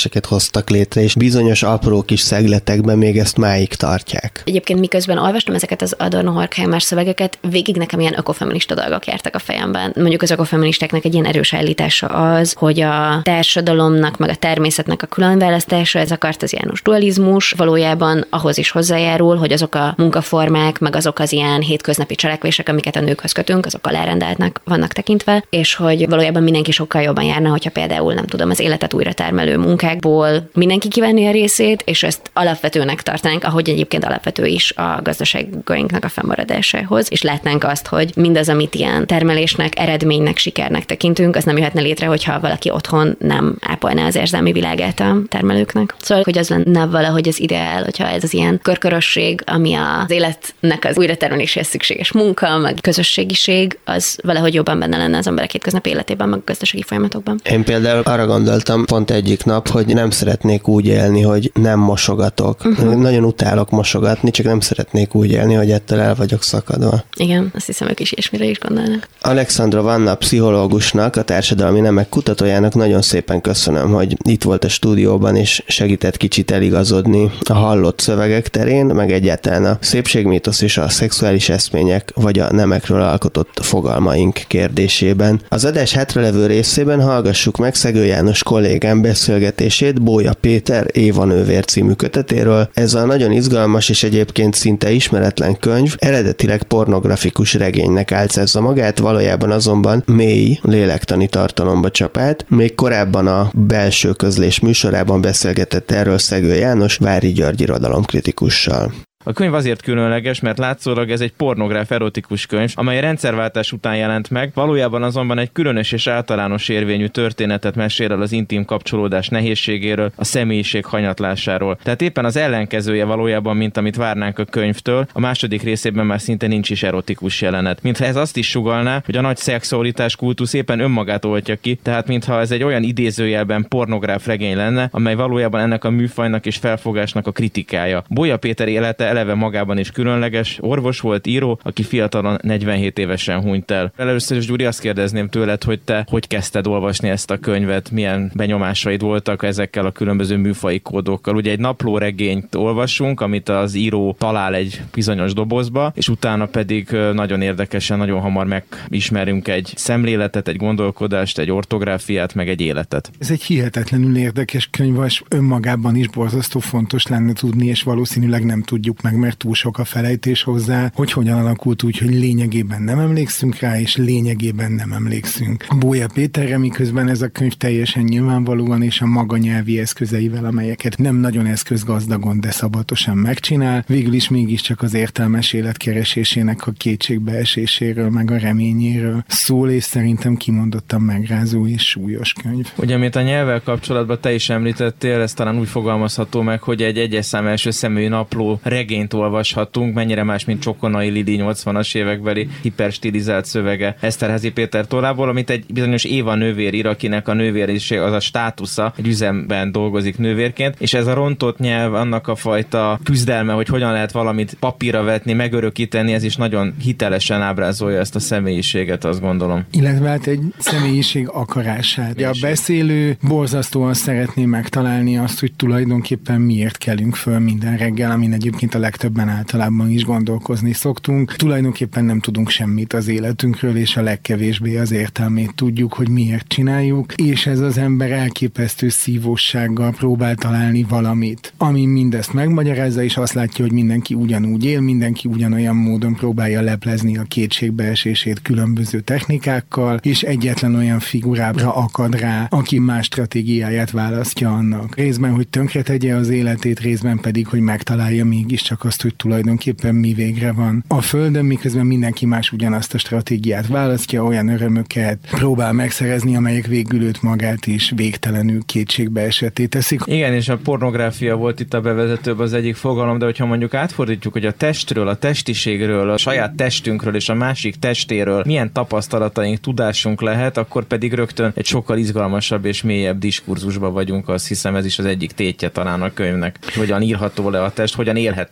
történeteseket hoztak létre, és bizonyos apró kis szegletekben még ezt máig tartják. Egyébként miközben olvastam ezeket az Adorno Horkheimer szövegeket, végig nekem ilyen ökofeminista dolgok jártak a fejemben. Mondjuk az ökofeministáknak egy ilyen erős állítása az, hogy a társadalomnak meg a természetnek a különválasztása, ez a karteziánus dualizmus valójában ahhoz is hozzájárul, hogy azok a munkaformák, meg azok az ilyen hétköznapi cselekvések, amiket a nőkhöz kötünk, azok alárendeltnek vannak tekintve, és hogy valójában mindenki sokkal jobban járna, hogyha például nem tudom, az életet újra termelő munkákból mindenki kivenni a részét, és ezt alapvetőnek tartanánk, ahogy egyébként alapvető is a gazdaságainknak a fennmaradásához, és látnánk azt, hogy mindaz, amit ilyen termelésnek, eredménynek, sikernek tekintünk, az nem jöhetne létre, hogyha valaki otthon nem ápolná az érzelmi világát a termelőknek. Szóval, hogy az lenne valahogy az ideál, hogyha ez az ilyen körkörösség, ami az életnek az újratermeléséhez szükséges munka, meg közösségiség, az valahogy jobban benne lenne az emberek hétköznapi életében, meg a gazdasági folyamatokban. Én például arra gondoltam pont egyik nap, hogy nem szeretnék úgy élni, hogy nem mosogatok. Uh-huh. Nagyon utálok mosogatni, csak nem szeretnék úgy élni, hogy ettől el vagyok szakadva. Igen, azt hiszem, ők is ilyesmire is gondolnak. Alexandra Vanna pszichológusnak, a társadalmi nemek kutatójának nagyon szépen köszönöm, hogy itt volt a stúdióban, és segített kicsit eligazodni a hallott szövegek terén, meg egyáltalán a szépségmítosz és a szexuális eszmények, vagy a nemekről alkotott fogalmaink kérdésében. Az adás hátralevő részében hallgassuk meg Szegő János kollégám beszélgetését Bója Péter Éva nővér című kötetéről. Ez a nagyon izgalmas és egyébként szinte ismeretlen könyv eredetileg pornografikus regénynek álcázza magát, valójában azonban mély lélektani tartalomba csap át. Még korábban a Belső Közlés műsorában beszélgetett erről Szegő János Vári György irodalomkritikussal. A könyv azért különleges, mert látszólag ez egy pornográf erotikus könyv, amely rendszerváltás után jelent meg, valójában azonban egy különös és általános érvényű történetet mesél el az intim kapcsolódás nehézségéről, a személyiség hanyatlásáról. Tehát éppen az ellenkezője valójában, mint amit várnánk a könyvtől, a második részében már szinte nincs is erotikus jelenet. Mintha ez azt is sugallná, hogy a nagy szexualitás kultusz éppen önmagát oltja ki, tehát mintha ez egy olyan idézőjelben pornográf regény lenne, amely valójában ennek a műfajnak és felfogásnak a kritikája. Bója Péter élete eleve magában is különleges, orvos volt, író, aki fiatalon negyvenhét évesen hunyt el. Először is, Gyuri, azt kérdezném tőled, hogy te hogy kezdted olvasni ezt a könyvet, milyen benyomásaid voltak ezekkel a különböző műfaji kódokkal. Ugye egy naplóregényt olvasunk, amit az író talál egy bizonyos dobozba, és utána pedig nagyon érdekesen, nagyon hamar megismerünk egy szemléletet, egy gondolkodást, egy ortográfiát, meg egy életet. Ez egy hihetetlenül érdekes könyv, és önmagában is borzasztó fontos lenne tudni, és valószínűleg nem tudjuk meg, mert túl sok a felejtés hozzá, hogy hogyan alakult úgy, hogy lényegében nem emlékszünk rá, és lényegében nem emlékszünk. Bója Péterre, miközben ez a könyv teljesen nyilvánvalóan és a maga nyelvi eszközeivel, amelyeket nem nagyon eszközgazdagon, de szabatosan megcsinál, végül is mégiscsak az értelmes élet keresésének a kétségbeeséséről, meg a reményéről szól, és szerintem kimondottan megrázó és súlyos könyv. Ugye, amit a nyelvvel kapcsolatban te is említettél, ez talán úgy fogalmazható meg, hogy egy egyes szám első személyi napló regényt olvashatunk, mennyire más, mint Csokonai Lili nyolcvanas évekbeli hiperstilizált szövege Eszterházy Péter tollából, amit egy bizonyos Éva nővér ír, akinek a nővériség az a státusza, egy üzemben dolgozik nővérként, és ez a rontott nyelv, annak a fajta küzdelme, hogy hogyan lehet valamit papírra vetni, megörökíteni, ez is nagyon hitelesen ábrázolja ezt a személyiséget, azt gondolom. Illetve hát egy személyiség akarását. A beszélő borzasztóan szeretné megtalálni azt, hogy tulajdonképpen miért kelünk föl minden reggel, amin egyébként a legtöbben általában is gondolkozni szoktunk. Tulajdonképpen nem tudunk semmit az életünkről, és a legkevésbé az értelmét tudjuk, hogy miért csináljuk, és ez az ember elképesztő szívóssággal próbál találni valamit, ami mindezt megmagyarázza, és azt látja, hogy mindenki ugyanúgy él, mindenki ugyanolyan módon próbálja leplezni a kétségbeesését különböző technikákkal, és egyetlen olyan figurára akad rá, aki más stratégiáját választja annak. Részben, hogy tönkretegye az életét, részben pedig, hogy megtalálja mégiscsak azt, hogy tulajdonképpen mi végre van a Földön, miközben mindenki más ugyanazt a stratégiát választja, olyan örömöket próbál megszerezni, amelyek végül őt magát is végtelenül kétségbeesetté teszik. Igen, és a pornográfia volt itt a bevezetőben az egyik fogalom, de hogyha mondjuk átfordítjuk, hogy a testről, a testiségről, a saját testünkről és a másik testéről milyen tapasztalataink, tudásunk lehet, akkor pedig rögtön egy sokkal izgalmasabb és mélyebb diskurzusban vagyunk, azt hiszem ez is az egyik tétje talán a könyvnek. Hogyan írható le a test, hogyan élhető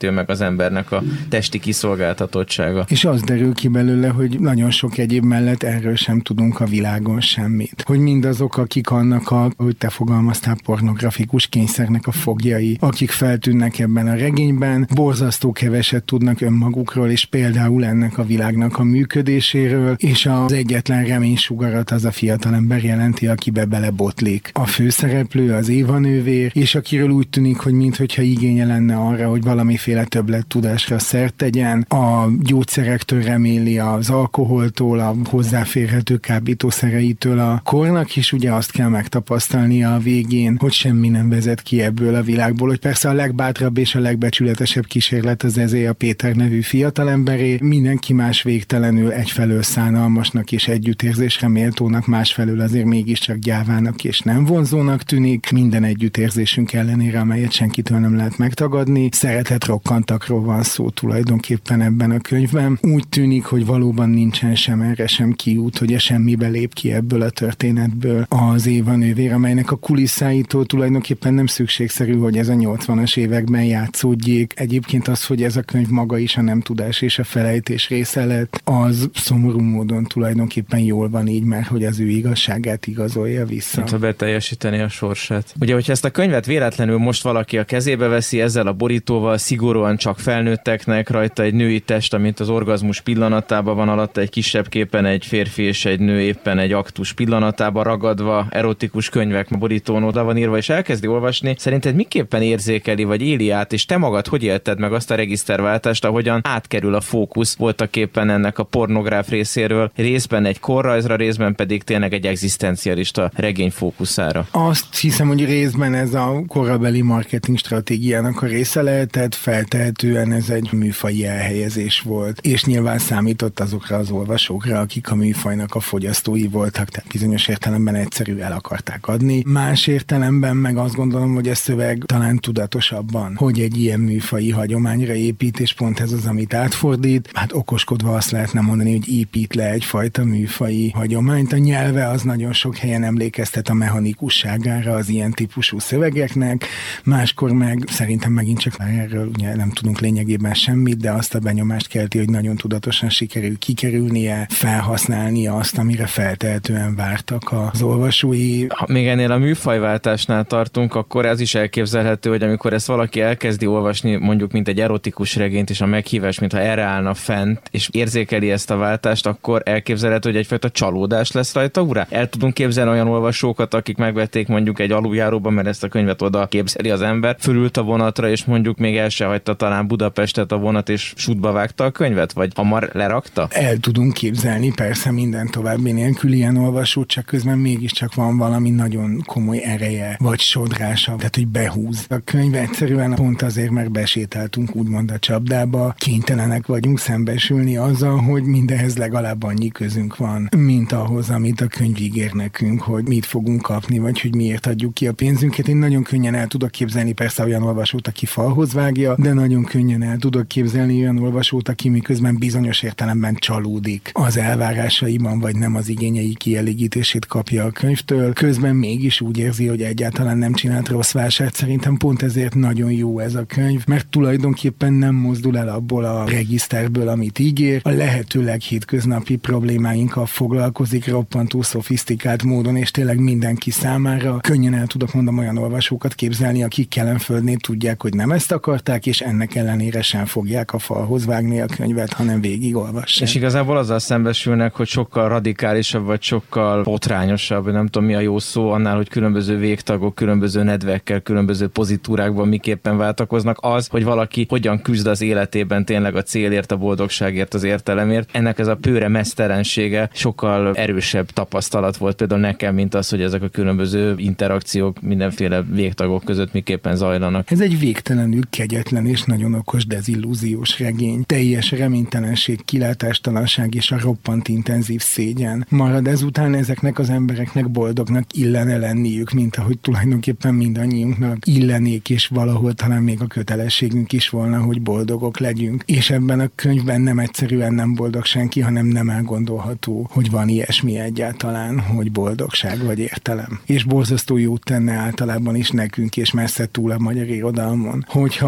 érthető meg az embernek a testi kiszolgáltatottsága. És az derül ki belőle, hogy nagyon sok egyéb mellett erről sem tudunk a világon semmit. Hogy mindazok, akik annak a, hogy te fogalmaztál, pornografikus kényszernek a foglyai, akik feltűnnek ebben a regényben, borzasztó keveset tudnak önmagukról, és például ennek a világnak a működéséről, és az egyetlen reménysugarat az a fiatalember jelenti, akibe belebotlik. A főszereplő az Éva nővér, és akiről úgy tűnik, hogy minthogyha igénye lenne arra, hogy valamiféle többlet tudásra szert tegyen, a gyógyszerektől reméli, az alkoholtól, a hozzáférhető kábítószereitől a kornak is ugye azt kell megtapasztalnia a végén, hogy semmi nem vezet ki ebből a világból, hogy persze a legbátrabb és a legbecsületesebb kísérlet az ezé a Péter nevű fiatalemberé, mindenki más végtelenül egyfelől szánalmasnak és együttérzésre méltónak, másfelől azért mégiscsak gyávának és nem vonzónak tűnik, minden együttérzésünk ellenére, amelyet senkitől nem lehet megtagadni. Szeretet rokkantakról van szó tulajdonképpen ebben a könyvben. Úgy tűnik, hogy valóban nincsen sem erre sem kiút, hogy a semmibe lép ki ebből a történetből az Éva nővér, amelynek a kulisszáitól tulajdonképpen nem szükségszerű, hogy ez a nyolcvanas években játszódjék. Egyébként az, hogy ez a könyv maga is a nem tudás és a felejtés része lett, az szomorú módon tulajdonképpen jól van így, mert hogy az ő igazságát igazolja vissza. Mint ha beteljesíteni a sorsát. Ugye, hogyha ezt a könyvet véletlenül most valaki a kezébe veszi ezzel a borítóval, szigorúan csak felnőtteknek, rajta egy női test, amint az orgazmus pillanatában van, alatta egy kisebb képen egy férfi és egy nő éppen egy aktus pillanatában ragadva, erotikus könyvek a borítón oda van írva, és elkezdi olvasni. Szerinted miképpen érzékeli, vagy éli át, és te magad hogy élted meg azt a regiszterváltást, ahogyan átkerül a fókusz voltaképpen ennek a pornográf részéről, részben egy korrajzra, részben pedig tényleg egy egzisztencialista regény fókuszára? Azt hiszem, hogy részben ez a korabeli marketing stratégiának a része lehetett, feltehetően ez egy műfaji elhelyezés volt, és nyilván számított azokra az olvasókra, akik a műfajnak a fogyasztói voltak, tehát bizonyos értelemben egyszerű el akarták adni. Más értelemben meg azt gondolom, hogy a szöveg talán tudatosabban, hogy egy ilyen műfaji hagyományra épít, és pont ez az, amit átfordít. Hát okoskodva azt lehetne mondani, hogy épít le egyfajta műfaji hagyományt. A nyelve az nagyon sok helyen emlékeztet a mechanikusságára az ilyen típusú szövegeknek, máskor meg szerintem megint csak már erről ugye nem tudunk lényegében semmit, de azt a benyomást kelti, hogy nagyon tudatosan sikerül kikerülnie, felhasználnia azt, amire feltehetően vártak az olvasói. Ha még ennél a műfajváltásnál tartunk, akkor ez is elképzelhető, hogy amikor ezt valaki elkezdi olvasni, mondjuk mint egy erotikus regényt, és a meghívás, mintha erre állna fent, és érzékeli ezt a váltást, akkor elképzelhető, hogy egyfajta csalódás lesz rajta, urá? El tudunk képzelni olyan olvasókat, akik megvették mondjuk egy aluljáróban, mert ezt a könyvet oda képzeli az ember, fölült a vonatra, és mondjuk még el se hagyta talán Budapestet a vonat, és sútba vágta a könyvet, vagy hamar lerakta? El tudunk képzelni persze minden további nélkül ilyen olvasót, csak közben mégiscsak van valami nagyon komoly ereje, vagy sodrása, tehát hogy behúz. A könyv egyszerűen pont azért, mert besétáltunk úgymond a csapdába, kénytelenek vagyunk szembesülni azzal, hogy mindenhez legalább annyi közünk van, mint ahhoz, amit a könyv ígér nekünk, hogy mit fogunk kapni, vagy hogy miért adjuk ki a pénzünket. Én nagyon könnyen el tudok képzelni persze olyan olvasót, aki falhoz vágja, de nagyon könnyen el tudok képzelni olyan olvasót, aki miközben bizonyos értelemben csalódik az elvárásaiban, vagy nem az igényei kielégítését kapja a könyvtől. Közben mégis úgy érzi, hogy egyáltalán nem csinált rossz vásárt. Szerintem pont ezért nagyon jó ez a könyv, mert tulajdonképpen nem mozdul el abból a regiszterből, amit ígér. A lehető leghétköznapi problémáinkkal foglalkozik roppantó szofisztikált módon, és tényleg mindenki számára. Könnyen el tudok mondom olyan olvasókat képzelni, akik Kelenföldnél tudják, hogy nem ezt akarták, és ennek ellenére sem fogják a falhoz vágni a könyvet, hanem végigolvassák. És igazából azzal szembesülnek, hogy sokkal radikálisabb, vagy sokkal botrányosabb, nem tudom mi a jó szó, annál, hogy különböző végtagok, különböző nedvekkel, különböző pozitúrákban miképpen váltakoznak, az, hogy valaki hogyan küzd az életében tényleg a célért, a boldogságért, az értelemért. Ennek ez a pőre mesztelensége sokkal erősebb tapasztalat volt például nekem, mint az, hogy ezek a különböző interakciók mindenféle végtagok között miképpen zajlanak. Ez egy végtelenül kegyetlen és nagyon okos dezillúziós regény. Teljes reménytelenség, kilátástalanság és a roppant intenzív szégyen marad ezután. Ezeknek az embereknek boldognak illene lenniük, mint ahogy tulajdonképpen mindannyiunknak illenék, és valahol talán még a kötelességünk is volna, hogy boldogok legyünk. És ebben a könyvben nem egyszerűen nem boldog senki, hanem nem elgondolható, hogy van ilyesmi egyáltalán, hogy boldogság vagy értelem. És borzasztó jót tenne általában is nekünk, és messze túl a magyar irodalmon, hogyha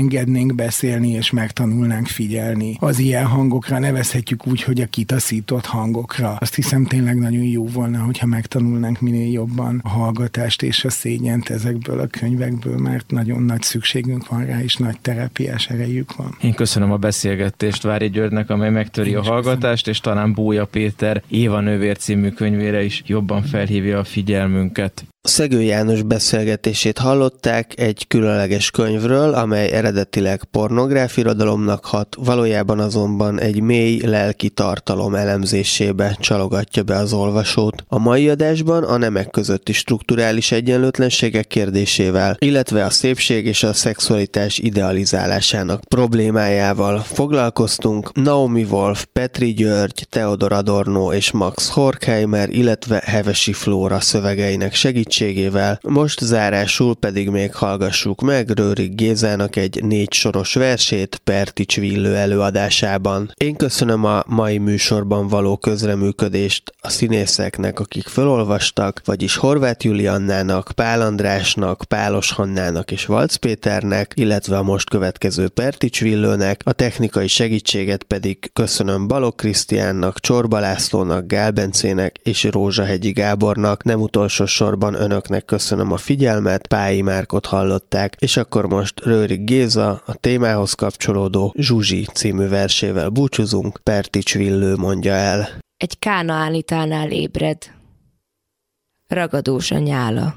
engednénk beszélni, és megtanulnánk figyelni az ilyen hangokra, nevezhetjük úgy, hogy a kitaszított hangokra. Azt hiszem tényleg nagyon jó volna, hogyha megtanulnánk minél jobban a hallgatást és a szégyent ezekből a könyvekből, mert nagyon nagy szükségünk van rá, és nagy terápiás erejük van. Én köszönöm a beszélgetést Vári Györgynek, amely megtöri Én a hallgatást, köszönöm. És talán Bója Péter Éva nővér című könyvére is jobban felhívja a figyelmünket. Szegő János beszélgetését hallották egy különleges könyvről, amely eredetileg pornográf irodalomnak hat, valójában azonban egy mély lelki tartalom elemzésébe csalogatja be az olvasót. A mai adásban a nemek közötti strukturális egyenlőtlenségek kérdésével, illetve a szépség és a szexualitás idealizálásának problémájával foglalkoztunk. Naomi Wolf, Petri György, Theodor Adorno és Max Horkheimer, illetve Hevesi Flóra szövegeinek segítségével. Most zárásul pedig még hallgassuk meg Rőrig Gézának egy négy soros versét Pertics Villő előadásában. Én köszönöm a mai műsorban való közreműködést a színészeknek, akik felolvastak, vagyis Horváth Juliannának, Pál Andrásnak, Pálos Hannának és Valc Péternek, illetve a most következő Pertics Villőnek, a technikai segítséget pedig köszönöm Balogh Krisztiánnak, Csorba Lászlónak, Gál Bencének és Rózsahegyi Gábornak, nem utolsó sorban önöknek köszönöm a figyelmet, Pályi Márkot hallották, és akkor most Rőrig Géza a témához kapcsolódó Zsuzsi című versével búcsúzunk, Pertics Villő mondja el. Egy kánaánitánál ébred, ragadós a nyála.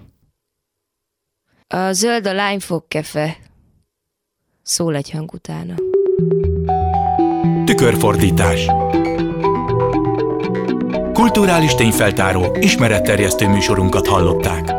A zöld a lányfogkefe, szól egy hang utána. Tükörfordítás. Kulturális tényfeltáró, ismeretterjesztő műsorunkat hallották.